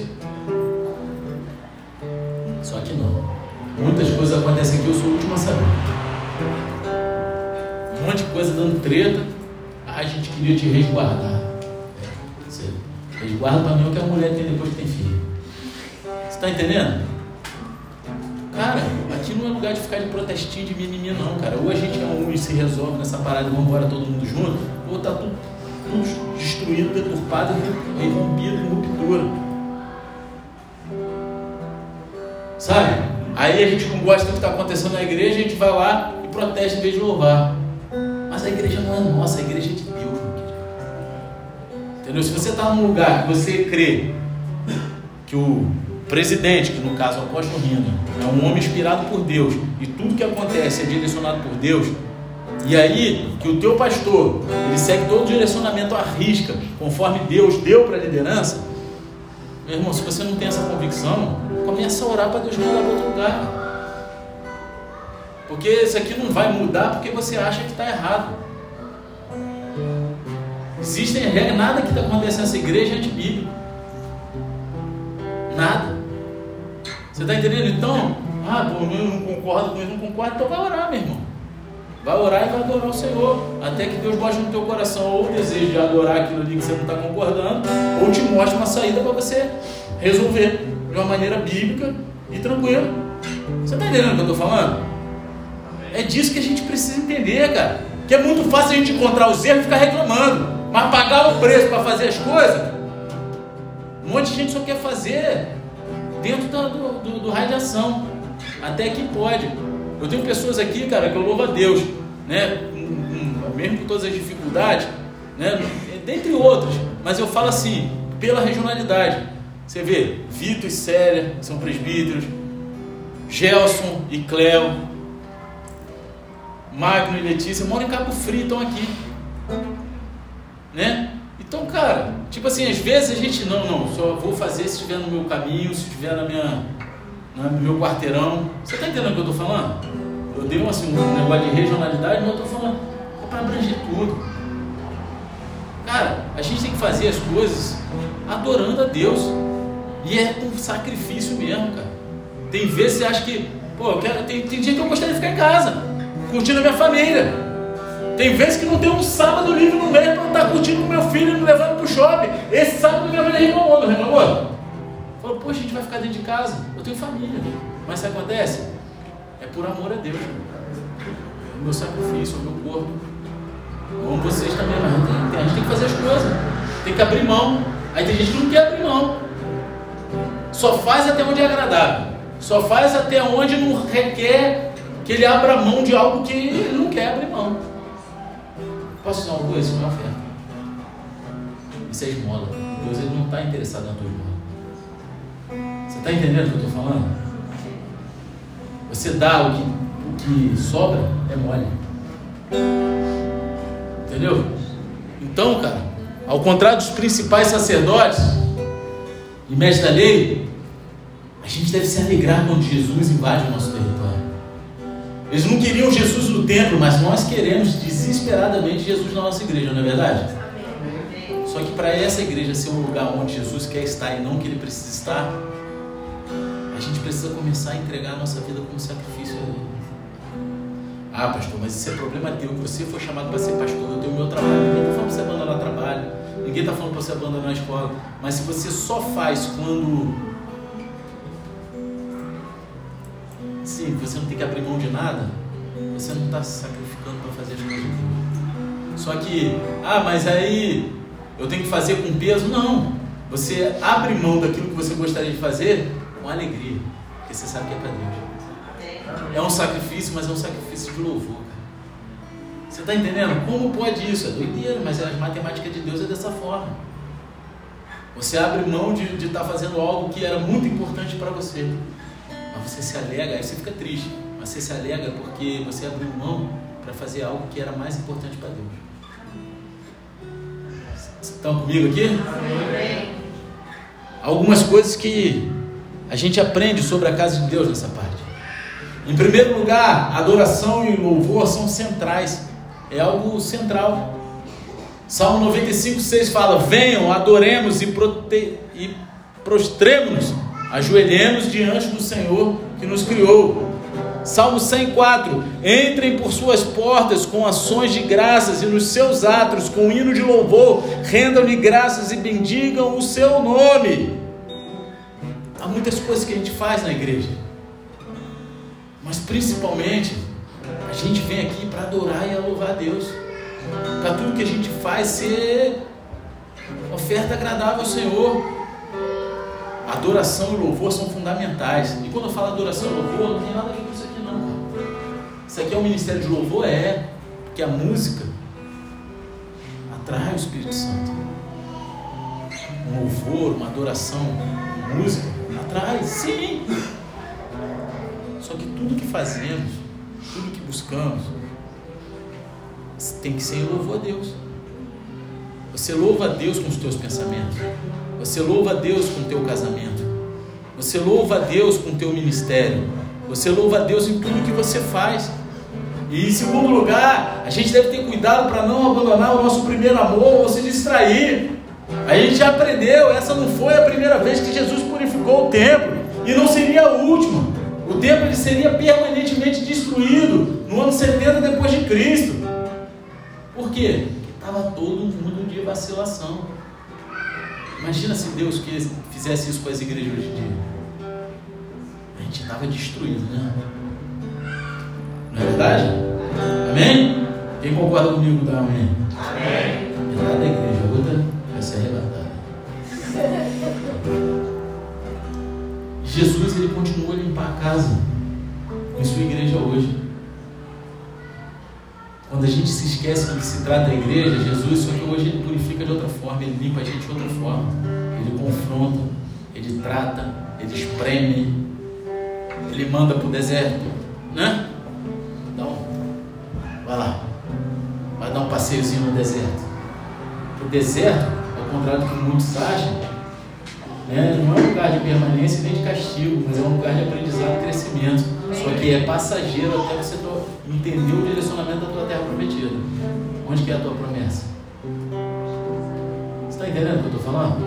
Só que não. Muitas coisas acontecem aqui, eu sou o último a saber. Um monte de coisa dando treta. A gente queria te resguardar. Você resguarda para mim o que a mulher tem depois que tem filho. Você está entendendo? Cara, aqui não é lugar de ficar de protestinho, de mimimi não, cara. Ou a gente é um e se resolve nessa parada e vamos embora todo mundo junto, ou tá tudo destruído, deturpado, rompido, em ruptura. Sabe? Aí a gente não gosta do que está acontecendo na igreja, a gente vai lá e protesta em vez de louvar. Mas a igreja não é nossa, a igreja é de Deus, meu querido. Entendeu? Se você está num lugar que você crê que o presidente, que no caso é o apóstolo Rina, é um homem inspirado por Deus, e tudo que acontece é direcionado por Deus, e aí que o teu pastor, ele segue todo o direcionamento à risca, conforme Deus deu para a liderança, meu irmão, se você não tem essa convicção, começa a orar para Deus mandar para outro lugar. Porque isso aqui não vai mudar porque você acha que está errado. Existem regras, nada que está acontecendo nessa igreja é antibíblico. Nada. Você está entendendo? Então, pô, eu não concordo com isso, não concordo, então vai orar, meu irmão. Vai orar e vai adorar o Senhor, até que Deus mostre no teu coração ou o desejo de adorar aquilo ali que você não está concordando, ou te mostre uma saída para você resolver de uma maneira bíblica e tranquila. Você está entendendo o que eu estou falando? É disso que a gente precisa entender, cara. Que é muito fácil a gente encontrar os erros e ficar reclamando, mas pagar o preço para fazer as coisas, um monte de gente só quer fazer dentro do raio de ação, até que pode. Eu tenho pessoas aqui, cara, que eu louvo a Deus, né? Mesmo com todas as dificuldades, né? Dentre outras, mas eu falo assim, pela regionalidade. Você vê, Vitor e Célia são presbíteros, Gelson e Cléo, Magno e Letícia moram em Cabo Frio, estão aqui, né? Então, cara, tipo assim, às vezes a gente só vou fazer se estiver no meu caminho, se estiver no meu quarteirão. Você está entendendo o que eu estou falando? Eu dei um negócio de regionalidade, mas eu estou falando para abranger tudo. Cara, a gente tem que fazer as coisas adorando a Deus. E é com sacrifício mesmo, cara. Tem vezes que você acha que, tem dia que eu gostaria de ficar em casa, curtindo a minha família. Tem vezes que não tem um sábado livre no mês para eu estar curtindo com meu filho e me levando para o shopping. Esse sábado minha mulher reclamou, não reclamou? Falou, poxa, a gente vai ficar dentro de casa. Eu tenho família. Mas sabe o que acontece? É por amor a Deus. É o meu sacrifício, é o meu corpo. Eu amo vocês também, mas a gente tem que fazer as coisas. Tem que abrir mão. Aí tem gente que não quer abrir mão. Só faz até onde é agradável. Só faz até onde não requer que ele abra mão de algo que ele não quer abrir mão. Posso dizer uma coisa? Isso não é oferta. Isso é esmola. Deus ele não está interessado na tua esmola. Você está entendendo o que eu estou falando? Você dá o que sobra, é mole. Entendeu? Então, cara, ao contrário dos principais sacerdotes e mestres da lei, a gente deve se alegrar quando Jesus invade o nosso território. Eles não queriam Jesus no templo, mas nós queremos desesperadamente Jesus na nossa igreja, não é verdade? Só que para essa igreja ser um lugar onde Jesus quer estar e não que ele precisa estar, a gente precisa começar a entregar a nossa vida como sacrifício a ele. Ah, pastor, mas isso é problema teu, que você foi chamado para ser pastor, eu tenho o meu trabalho. Ninguém está falando para você abandonar o trabalho, ninguém está falando para você abandonar a escola, mas se você só faz quando... Sim, você não tem que abrir mão de nada, você não está se sacrificando para fazer as coisas de Deus. Só que, mas aí eu tenho que fazer com peso? Não, você abre mão daquilo que você gostaria de fazer com alegria, porque você sabe que é para Deus. É um sacrifício, mas é um sacrifício de louvor, cara. Você está entendendo? Como pode isso? É doideira, mas a matemática de Deus é dessa forma. Você abre mão de estar fazendo algo que era muito importante para você. Mas você se alega, aí você fica triste, mas você se alega porque você abriu mão para fazer algo que era mais importante para Deus. Estão comigo aqui? Amém. Algumas coisas que a gente aprende sobre a casa de Deus nessa parte. Em primeiro lugar, adoração e louvor são centrais. É algo central. Salmo 95:6 fala: venham, adoremos e prostremos-nos, ajoelhemos diante do Senhor que nos criou. Salmo 104: entrem por suas portas com ações de graças e nos seus átrios com hino de louvor, rendam-lhe graças e bendigam o seu nome. Há muitas coisas que a gente faz na igreja, mas principalmente a gente vem aqui para adorar e louvar a Deus, para tudo que a gente faz ser oferta agradável ao Senhor. Adoração e louvor são fundamentais. E quando eu falo adoração e louvor, não tem nada a ver com isso aqui não, cara. Isso aqui é um ministério de louvor? Porque a música atrai o Espírito Santo. Um louvor, uma adoração, uma música atrai, sim. Só que tudo que fazemos, tudo que buscamos, tem que ser em louvor a Deus. Você louva a Deus com os teus pensamentos. Você louva a Deus com o teu casamento. Você louva a Deus com o teu ministério. Você louva a Deus em tudo que você faz. E em segundo lugar, a gente deve ter cuidado para não abandonar o nosso primeiro amor ou se distrair. A gente já aprendeu, essa não foi a primeira vez que Jesus purificou o templo, e não seria a última. O templo ele seria permanentemente destruído no ano 70 depois de Cristo. Por quê? Porque estava todo mundo de vacilação. Imagina se Deus fizesse isso com as igrejas hoje em dia. A gente estava destruído, né? Não é verdade? Amém? Quem concorda comigo, dá amém. Amém. Metade da igreja, a outra vai ser arrebatada. Jesus, ele continua a limpar a casa em sua igreja hoje. Quando a gente se esquece do que se trata da igreja, Jesus, só que hoje ele purifica de outra forma, ele limpa a gente de outra forma. Ele confronta, ele trata, ele espreme, ele manda para o deserto, né? Então, vai lá, vai dar um passeiozinho no deserto. O deserto, ao contrário do que muitos acham, né, não é um lugar de permanência nem de castigo, mas é um lugar de aprendizado e crescimento. Só que é passageiro até você entender o direcionamento da tua terra prometida. Onde que é a tua promessa? Você está entendendo o que eu estou falando?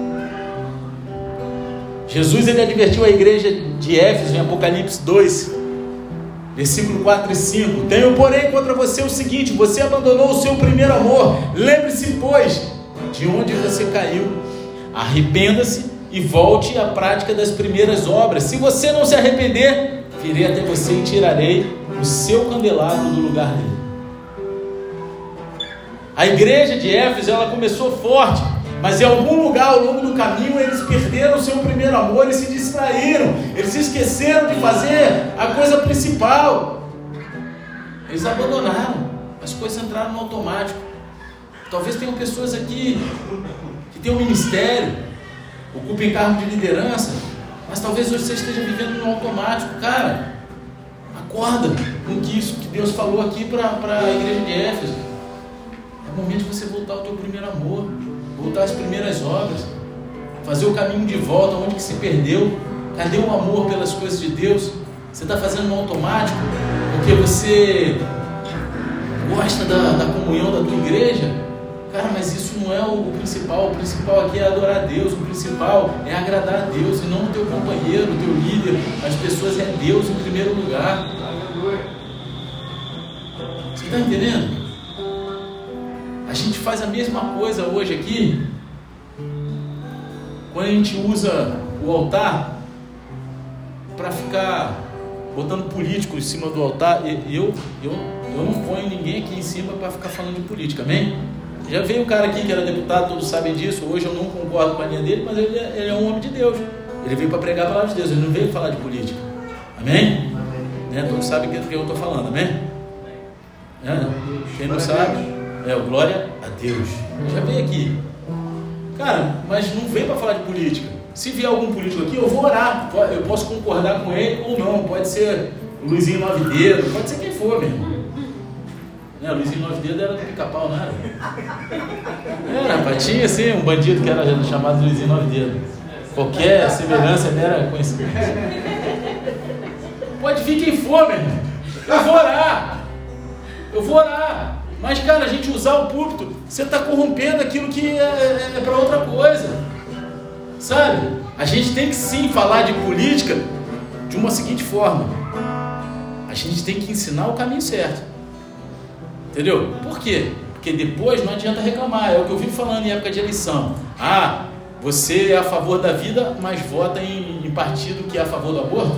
Jesus, ele advertiu a igreja de Éfeso em Apocalipse 2, versículo 4 e 5. Tenho, porém, contra você o seguinte: você abandonou o seu primeiro amor. Lembre-se, pois, de onde você caiu. Arrependa-se e volte à prática das primeiras obras. Se você não se arrepender, virei até você e tirarei o seu candelabro do lugar dele. A igreja de Éfeso, ela começou forte, mas em algum lugar ao longo do caminho eles perderam o seu primeiro amor e se distraíram. Eles esqueceram de fazer a coisa principal. Eles abandonaram, as coisas entraram no automático. Talvez tenham pessoas aqui que têm um ministério, ocupem cargo de liderança, mas talvez hoje você esteja vivendo no automático. Cara, acorda com isso que Deus falou aqui para a igreja de Éfeso. É o momento de você voltar ao teu primeiro amor, voltar às primeiras obras, fazer o caminho de volta onde que se perdeu. Cadê o amor pelas coisas de Deus? Você está fazendo no automático porque você gosta da comunhão da tua igreja? Cara, mas isso não é o principal. O principal aqui é adorar a Deus. O principal é agradar a Deus e não o teu companheiro, o teu líder. As pessoas, é Deus em primeiro lugar. Você está entendendo? A gente faz a mesma coisa hoje aqui. Quando a gente usa o altar para ficar botando político em cima do altar, eu não ponho ninguém aqui em cima para ficar falando de política, amém? Já veio um cara aqui que era deputado, todos sabem disso. Hoje eu não concordo com a linha dele, mas ele é um homem de Deus. Ele veio para pregar a palavra de Deus, ele não veio falar de política, amém? Né? Todos sabem do que eu estou falando, amém? Quem não sabe, glória a Deus. Já veio aqui, cara, mas não veio para falar de política. Se vier algum político aqui, eu vou orar. Eu posso concordar com ele ou não. Pode ser o Luizinho Nove Dedos, pode ser quem for, meu irmão. Luizinho Nove Dedos era do Pica-Pau, não era? Era, rapaz, tinha assim um bandido que era chamado Luizinho Nove Dedos. Qualquer semelhança era coincidência. Pode vir quem for, meu irmão. Eu vou orar. Mas, cara, a gente usar o púlpito, você está corrompendo aquilo que é para outra coisa. Sabe? A gente tem que sim falar de política de uma seguinte forma. A gente tem que ensinar o caminho certo. Entendeu? Por quê? Porque depois não adianta reclamar. É o que eu vivo falando em época de eleição. Ah, você é a favor da vida, mas vota em partido que é a favor do aborto?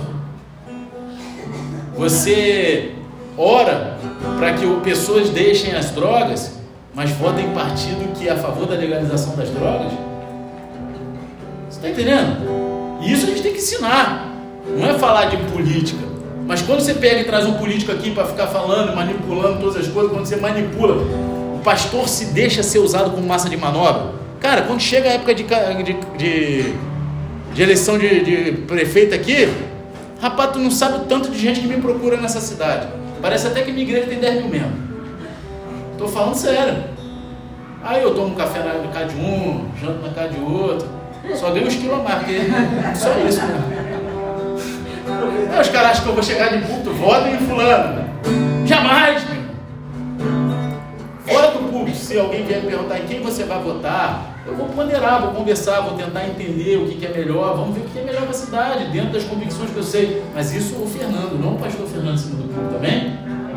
Você ora para que pessoas deixem as drogas, mas vota em partido que é a favor da legalização das drogas? Você está entendendo? E isso a gente tem que ensinar. Não é falar de política. Mas quando você pega e traz um político aqui para ficar falando, manipulando todas as coisas, quando você manipula, o pastor se deixa ser usado como massa de manobra. Cara, quando chega a época de eleição de prefeito aqui, rapaz, tu não sabe o tanto de gente que me procura nessa cidade. Parece até que minha igreja tem 10 mil membros. Tô falando sério. Aí eu tomo café na casa de um, janto na casa de outro. Só ganho uns quilos a mais, porque só isso, né? Aí os caras acham que eu vou chegar de púlpito, votem em fulano. Jamais, meu. Fora do púlpito, se alguém vier me perguntar em quem você vai votar, eu vou ponderar, vou conversar, vou tentar entender o que é melhor, vamos ver o que é melhor para a cidade, dentro das convicções que eu sei. Mas isso o Fernando, não o pastor Fernando em cima do púlpito, também?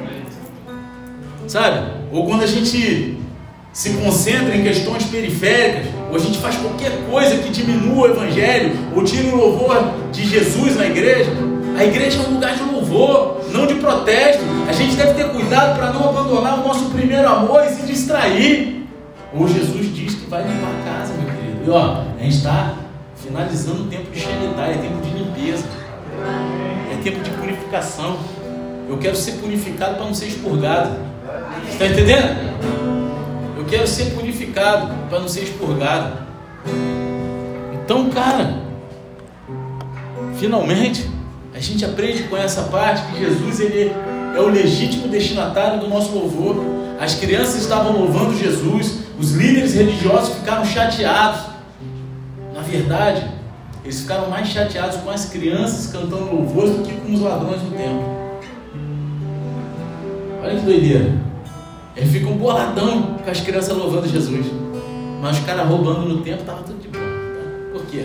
Sabe? Ou quando a gente se concentra em questões periféricas, ou a gente faz qualquer coisa que diminua o evangelho, ou tire o louvor de Jesus na igreja. A igreja é um lugar de louvor, não de protesto. A gente deve ter cuidado para não abandonar o nosso primeiro amor e se distrair. Ou Jesus diz que vai limpar a casa, meu querido. E ó, a gente está finalizando o tempo de Shemitah, é tempo de limpeza, é tempo de purificação. Eu quero ser purificado para não ser expurgado. Você está entendendo? Eu quero ser purificado para não ser expurgado. Então, cara, finalmente a gente aprende com essa parte que Jesus, ele é o legítimo destinatário do nosso louvor. As crianças estavam louvando Jesus, os líderes religiosos ficaram chateados. Na verdade, eles ficaram mais chateados com as crianças cantando louvores do que com os ladrões do templo. Olha que doideira. Eles ficam boladão com as crianças louvando Jesus, mas os caras roubando no templo, estava tudo de boa. Por quê?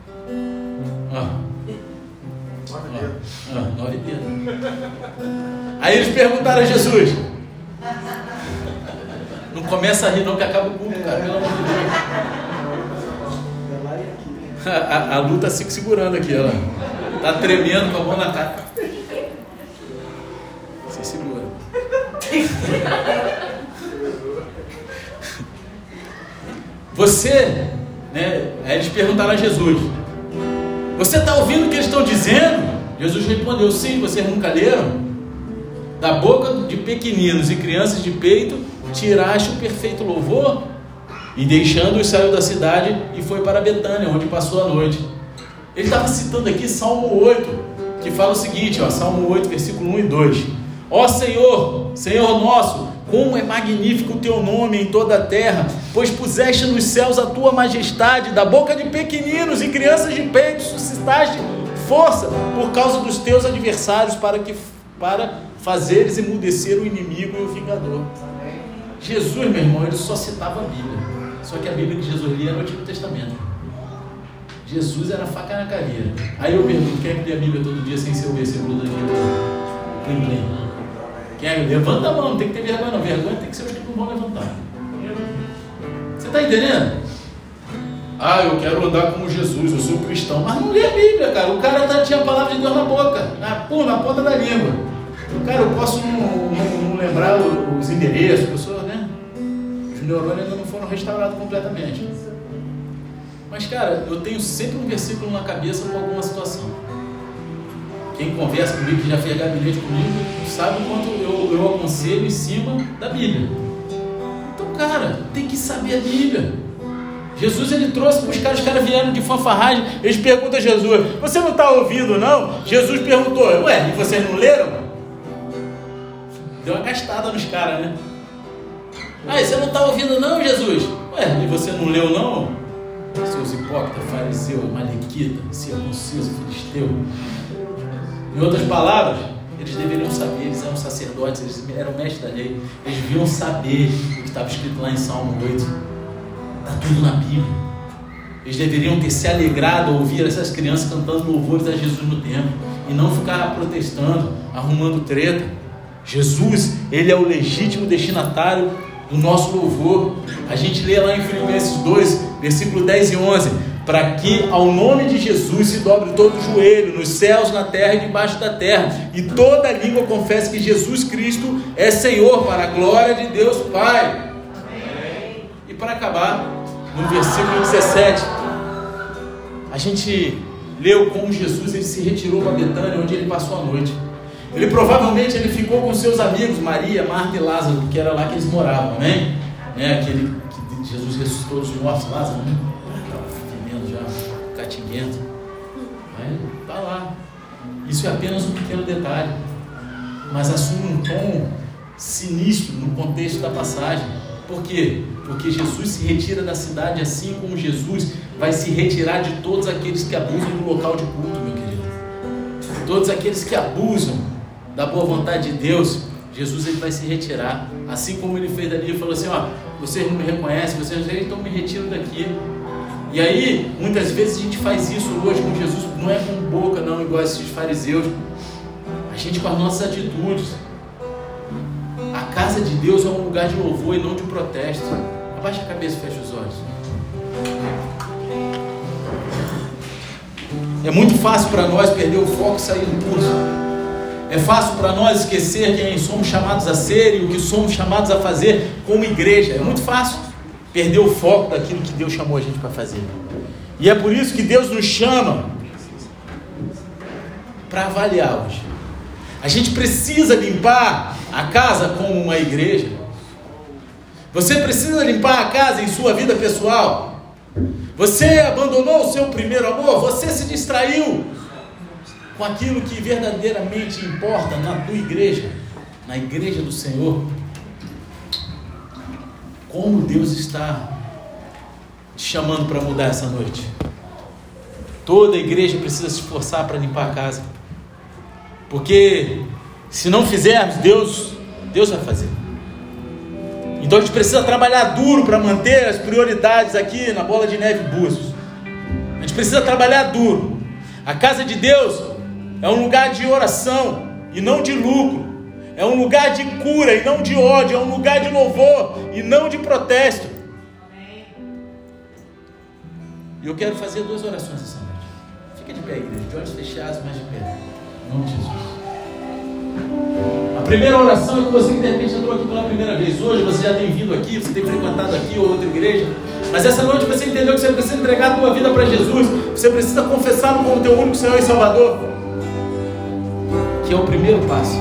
9 dedos. Aí eles perguntaram a Jesus. Não começa a rir não, que acaba o culto, cara, pelo amor de Deus. A Lu tá se segurando aqui, ela tá tremendo com a mão na cara. Se segura. Você, né? Aí eles perguntaram a Jesus: você está ouvindo o que eles estão dizendo? Jesus respondeu: sim, vocês nunca leram? Da boca de pequeninos e crianças de peito tiraste o perfeito louvor? E deixando-os saiu da cidade e foi para Betânia, onde passou a noite. Ele estava citando aqui Salmo 8, que fala o seguinte, ó, Salmo 8, versículo 1 e 2. Ó Senhor, Senhor nosso, como é magnífico o teu nome em toda a terra, pois puseste nos céus a tua majestade, da boca de pequeninos e crianças de peito suscitaste força por causa dos teus adversários, para fazeres emudecer o inimigo e o vingador. Jesus, meu irmão, ele só citava a Bíblia, só que a Bíblia que Jesus lia era o Antigo Testamento. Jesus era faca na caveira. Aí eu pergunto, quem é que lê a Bíblia todo dia sem ser o versículo do dia? Plim, plim. Quem é? Levanta a mão, não tem que ter vergonha não. Vergonha tem que ser os que não vão levantar. Você está entendendo? Ah, eu quero andar como Jesus, eu sou cristão. Mas não lê a Bíblia, cara. O cara tinha a palavra de Deus na boca, na ponta da língua. Cara, eu posso não lembrar os endereços, eu sou, né? Os neurônios ainda não foram restaurados completamente. Mas, cara, eu tenho sempre um versículo na cabeça com alguma situação. Quem conversa comigo, que já fez gabinete comigo, sabe o quanto eu aconselho em cima da Bíblia. Então, cara, tem que saber a Bíblia. Jesus, ele trouxe para os caras vieram de fanfarragem, eles perguntam a Jesus: você não está ouvindo não? Jesus perguntou: ué, e vocês não leram? Deu uma gastada nos caras, né? Ah, você não está ouvindo não, Jesus? Ué, e você não leu não? Seus hipócritas, fariseu, malequita, circunciso, filisteu. Em outras palavras, eles deveriam saber, eles eram sacerdotes, eles eram mestres da lei, eles deviam saber o que estava escrito lá em Salmo 8. Está tudo na Bíblia. Eles deveriam ter se alegrado ao ouvir essas crianças cantando louvores a Jesus no templo e não ficar protestando, arrumando treta. Jesus, ele é o legítimo destinatário do nosso louvor. A gente lê lá em Filipenses 2, versículo 10 e 11: para que ao nome de Jesus se dobre todo o joelho, nos céus, na terra e debaixo da terra, e toda língua confesse que Jesus Cristo é Senhor, para a glória de Deus Pai. Amém. E para acabar, no versículo 17, a gente leu como Jesus ele se retirou para Betânia, onde ele passou a noite. Ele provavelmente ficou com seus amigos, Maria, Marta e Lázaro, que era lá que eles moravam, amém? Aquele que Jesus ressuscitou dos mortos, Lázaro, né? Estava fedendo já, catinguento. Está lá. Isso é apenas um pequeno detalhe, mas assume um tom sinistro no contexto da passagem. Por quê? Porque Jesus se retira da cidade, assim como Jesus vai se retirar de todos aqueles que abusam do local de culto, meu querido. Todos aqueles que abusam da boa vontade de Deus, Jesus ele vai se retirar. Assim como ele fez dali, ele falou assim: vocês não me reconhecem, vocês então me retiram daqui. E aí, muitas vezes a gente faz isso hoje com Jesus, não é com boca não, igual esses fariseus. A gente com as nossas atitudes. A casa de Deus é um lugar de louvor e não de protesto. Abaixa a cabeça e fecha os olhos. É muito fácil para nós perder o foco e sair do curso. É fácil para nós esquecer quem somos chamados a ser e o que somos chamados a fazer como igreja. É muito fácil perder o foco daquilo que Deus chamou a gente para fazer. E é por isso que Deus nos chama para avaliar hoje. A gente precisa limpar a casa como uma igreja. Você precisa limpar a casa em sua vida pessoal. Você abandonou o seu primeiro amor. Você se distraiu com aquilo que verdadeiramente importa na tua igreja, na igreja do Senhor. Como Deus está te chamando para mudar essa noite. Toda igreja precisa se esforçar para limpar a casa, porque se não fizermos, Deus vai fazer. Então a gente precisa trabalhar duro para manter as prioridades aqui na Bola de Neve Búzios. A gente precisa trabalhar duro. A casa de Deus é um lugar de oração e não de lucro. É um lugar de cura e não de ódio. É um lugar de louvor e não de protesto. E eu quero fazer 2 orações essa noite. Fica de pé, igreja, de olhos fechados, mas de pé. Em nome de Jesus. A primeira oração é com você que de repente entrou aqui pela primeira vez. Hoje você já tem vindo aqui, você tem frequentado aqui ou outra igreja, mas essa noite você entendeu que você precisa entregar a tua vida para Jesus. Você precisa confessá-lo como teu único Senhor e Salvador, que é o primeiro passo.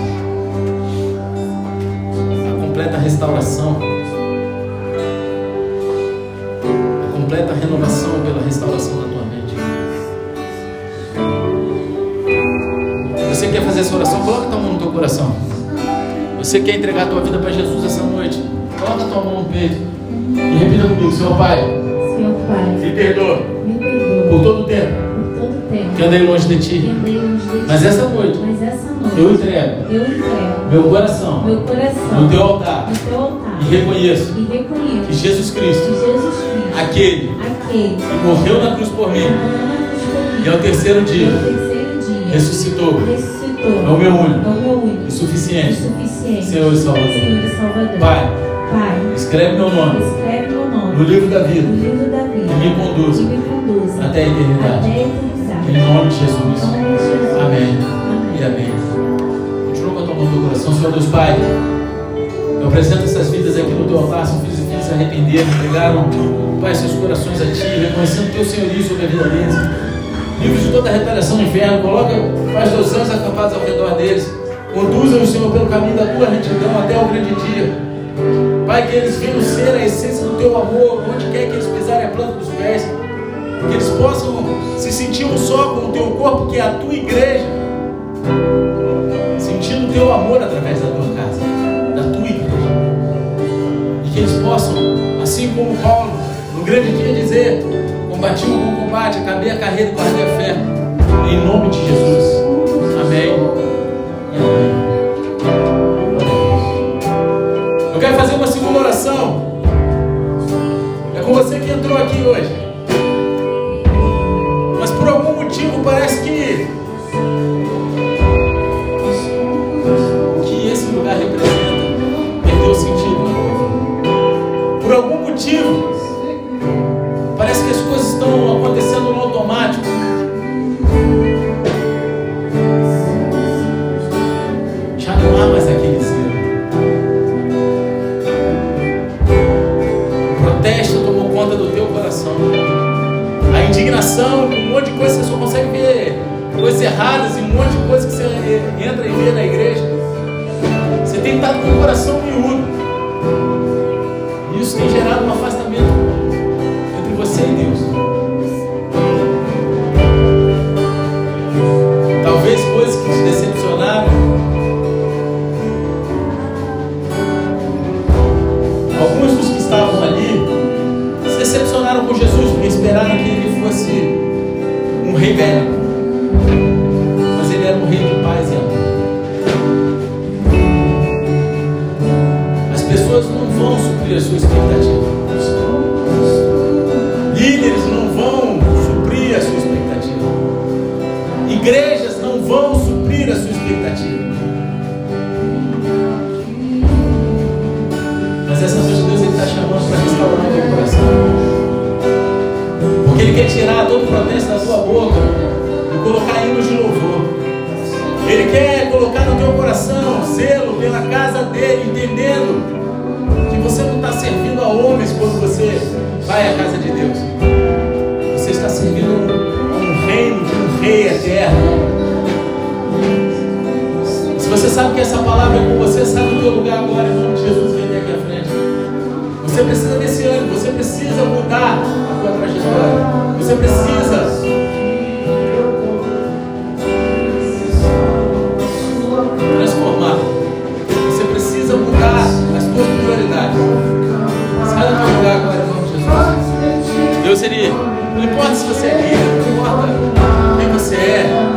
A completa restauração, a completa renovação pela restauração da tua mente. Você quer fazer essa oração? Coloca a tua mão no teu coração. Você quer entregar a tua vida para Jesus essa noite? Coloca a tua mão no peito e repita comigo: Senhor Pai, me perdoa por todo o tempo que andei longe de Ti. Mas essa noite eu entrego meu coração no Teu altar e reconheço que Jesus Cristo, aquele que morreu na cruz por mim e ao terceiro dia ressuscitou, é o meu único e suficiente Senhor e Salvador. Pai, escreve meu nome no livro da vida e me conduz até a eternidade. Em nome de Jesus. Amém e amém. Continua com a tua mão no teu coração. Senhor Deus Pai, eu apresento essas vidas aqui no teu altar. São filhos e filhas que se arrependeram, entregaram, Pai, seus corações a Ti, reconhecendo o Teu senhorio sobre a vida deles. Livros de toda a retaliação do inferno. Coloca, faz Teus anjos acampados ao redor deles. Conduza-os, Senhor, pelo caminho da Tua retidão até o grande dia. Pai, que eles venham ser a essência do Teu amor, onde quer que eles pisarem a planta dos pés. Que eles possam se sentir um só com o Teu corpo, que é a Tua igreja. Sentindo o Teu amor através da Tua casa, da Tua igreja. E que eles possam, assim como Paulo, no grande dia, dizer: combati o bom combate, acabei a carreira e guardei a fé. Em nome de Jesus. Amém. Amém. E amém. Eu quero fazer uma segunda oração. É com você que entrou aqui hoje. Mas por algum motivo parece que esse lugar representa perdeu o sentido. Por algum motivo parece que as coisas estão acontecendo no automático. Já não há mais aquele zelo. O protesto tomou conta do teu coração. A indignação, um monte de coisa que você só consegue ver coisas erradas e um monte de coisa que você entra e vê na igreja. Você tem estado com o coração miúdo. E isso tem gerado um afastamento entre você e Deus. Talvez coisas que te decepcionaram. Alguns dos que estavam ali se decepcionaram com Jesus, porque esperaram que ele fosse um rei bélico. Mas ele era um rei de paz e amor. As pessoas não vão suprir a sua expectativa. Líderes não vão suprir a sua expectativa. Igrejas não vão suprir a sua expectativa. Mas essa noite Deus está chamando para restaurar o teu coração. Porque Ele quer tirar todo o protesto da tua boca e colocar hinos de louvor. Ele quer colocar no teu coração zelo pela casa dele, entendendo que você não está servindo a homens quando você vai à casa de Deus. Você está servindo a um reino de um rei eterno. Se você sabe que essa palavra é com você, sai do teu lugar agora, em nome de Jesus, vem aqui à frente. Você precisa desse ânimo, você precisa mudar a tua trajetória. Você precisa transformar. Você precisa mudar as tuas prioridades. Sai do teu lugar agora, em nome de Jesus. Deus, Ele, não importa se você é líder, não importa quem você é,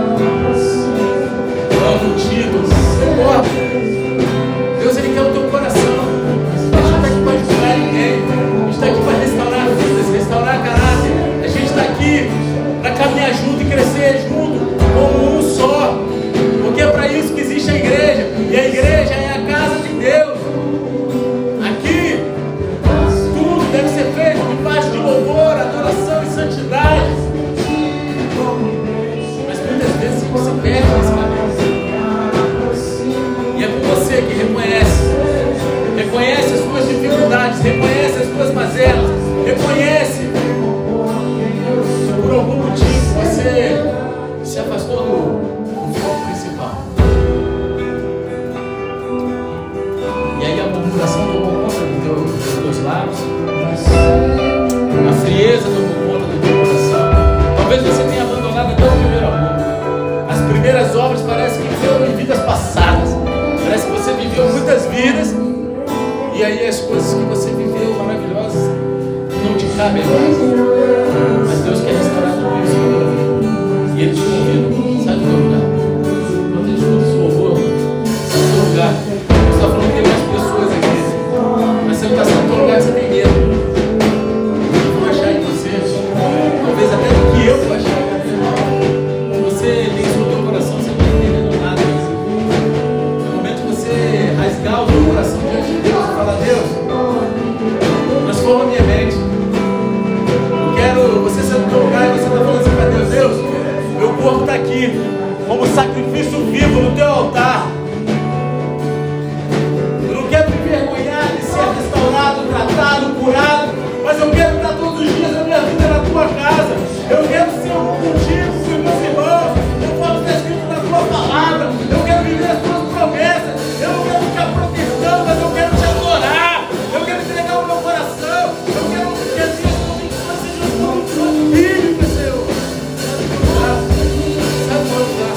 não título, não importa. Deus, Ele quer o teu coração. A gente não está aqui para julgar ninguém. A gente está aqui para restaurar vidas, restaurar caráter. A gente está aqui para caminhar junto e crescer junto, como um só. Porque é para isso que existe a igreja. E a igreja é a casa de Deus. Aqui, tudo deve ser feito debaixo de louvor, adoração e santidade. Mas muitas vezes você perde nesse caminho. E é com você que reconhece as suas dificuldades, reconhece as suas mazelas, reconhece que por algum motivo você se afastou do foco principal. E aí a murmuração tomou conta dos teus lábios, a frieza tomou conta do teu coração. Talvez você tenha abandonado até o primeiro amor. As primeiras obras parecem que foram em vidas passadas. Parece que você viveu muitas vidas e aí as coisas que você viveu maravilhosas não te cabem mais. Mas Deus quer restaurar tudo isso. E Ele te convida. Sai do teu lugar. Quando a gente escuta esse louvor, sai do teu lugar. Você está falando que tem mais pessoas aqui. Mas você não está saindo do teu lugar, você tem medo. Eu vou achar em você. Talvez até do que eu vou achar. Você tem isso no teu coração, você não está entendendo nada. É o momento de você rasgar o teu coração diante de Deus e falar: Deus, transforma a minha mente. Eu quero você sair do teu lugar e você está falando assim para Deus: Deus, meu corpo está aqui como sacrifício vivo no teu altar. Eu não quero me envergonhar de ser restaurado, tratado, curado, mas eu quero estar todos os dias da minha vida na tua casa. Eu quero ser um contigo, com os meus irmãos. Eu quero estar escrito na tua palavra. Eu quero viver as tuas promessas. Eu não quero ficar protestando, mas eu quero te adorar. Eu quero entregar o meu coração. Eu quero que as minhas convicções sejam convicções bíblicas, Senhor. Sai do meu lugar.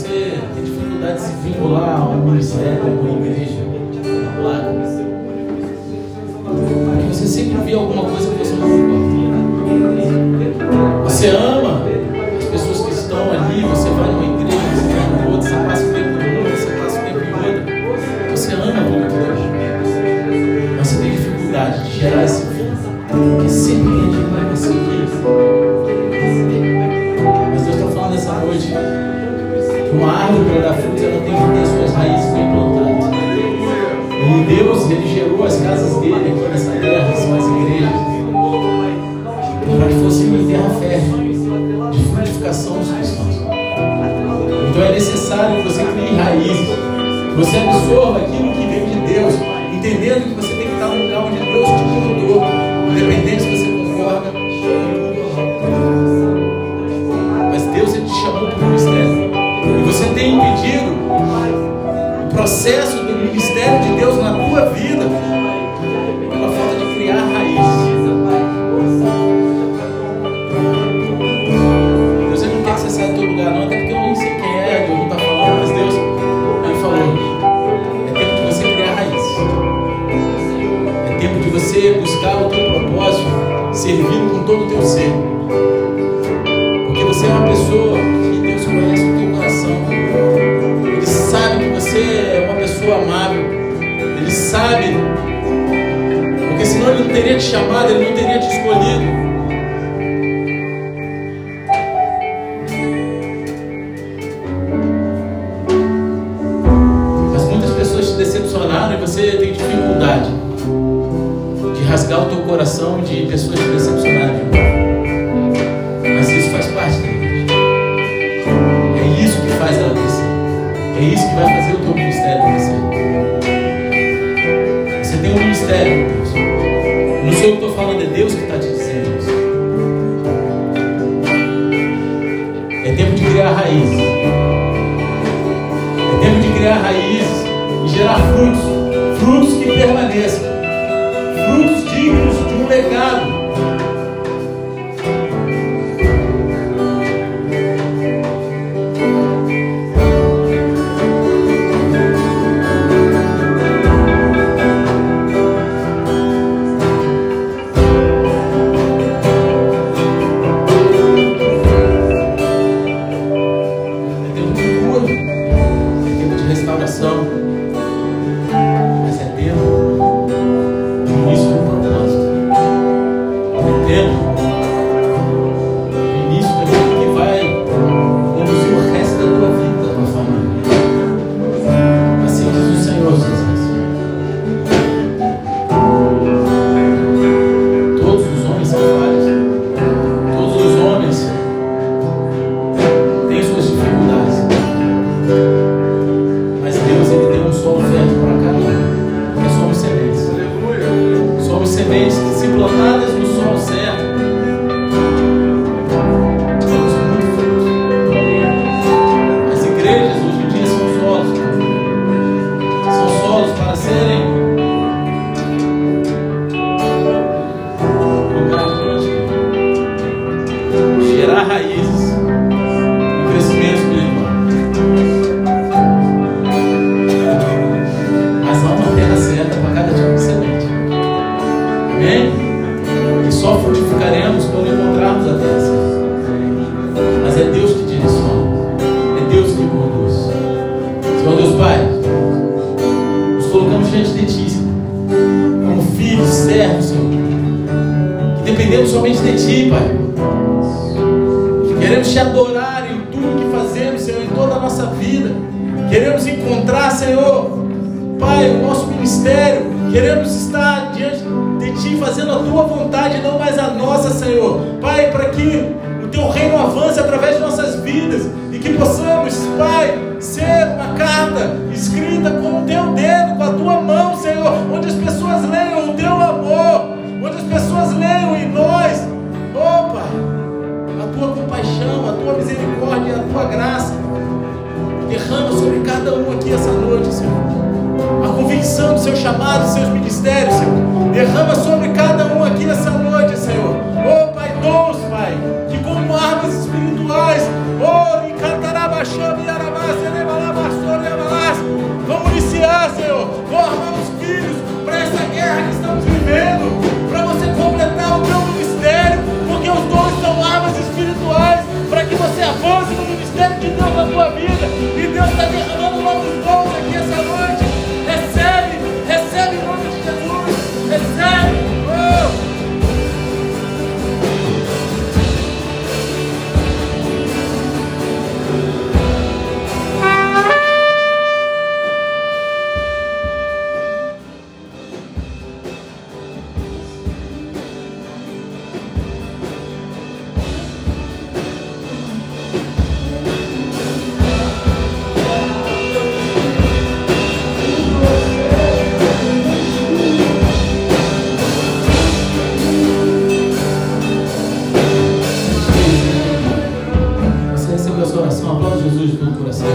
você tem dificuldade de se vincular a um ministério, a uma igreja, uma placa. Porque você sempre vê alguma coisa que você não concorda. Você ama as pessoas que estão ali, você vai numa igreja, você vai numa outra, você passa o tempo em uma, você passa o tempo em outra. Você ama muito Deus. Mas você tem dificuldade de gerar esse filho. Porque semente vai conseguir. Mas Deus está falando essa noite que uma árvore para dar frutos, ela tem que ter suas raízes bem plantadas. E Deus, Ele gerou as casas dele aqui nessa terra, são as igrejas, para que fosse uma terra fértil de frutificação dos cristãos. Então é necessário que você crie raízes, que você absorva aquilo que vem de Deus, entendendo que você tem que estar no lugar onde Deus te colocou, independente se você concorda com tudo ou não. Mas Deus, Ele te chamou para o ministério, e você tem impedido o processo do ministério de Deus na tua vida pela falta de criar raízes. Deus, Ele não quer que você saia do teu lugar não, até porque eu nem sei quem é, Deus não está falando, mas Deus, Ele falou, é tempo de você criar raízes, é tempo de você buscar o teu propósito, servindo com todo o teu ser, porque você é uma pessoa que Deus conhece o teu coração, Ele sabe que você é uma pessoa amável, Ele sabe, porque senão Ele não teria te chamado, Ele não teria te escolhido. Mas muitas pessoas te decepcionaram e você tem dificuldade de rasgar o teu coração de pessoas te decepcionarem. Mas isso faz parte da igreja. É isso que faz ela crescer. É isso que vai fazer o teu ministério crescer. Você tem um ministério, Deus. Não sou eu que estou falando, é Deus que está te dizendo isso. É tempo de criar raízes. É tempo de criar raízes e gerar frutos. Frutos que permaneçam. Frutos dignos de um legado. Pai, que como armas espirituais, oh, e cantará baixando e arabá. Vamos iniciar, Senhor. Vou armar os filhos para essa guerra que estamos vivendo, para você completar o teu ministério, porque os dons são armas espirituais para que você avance no ministério de Deus na tua vida. E Deus está derramando novos dons aqui essa noite. Recebe em nome de Jesus. Recebe. Você recebeu a sua oração, aplaude Jesus de todo o coração.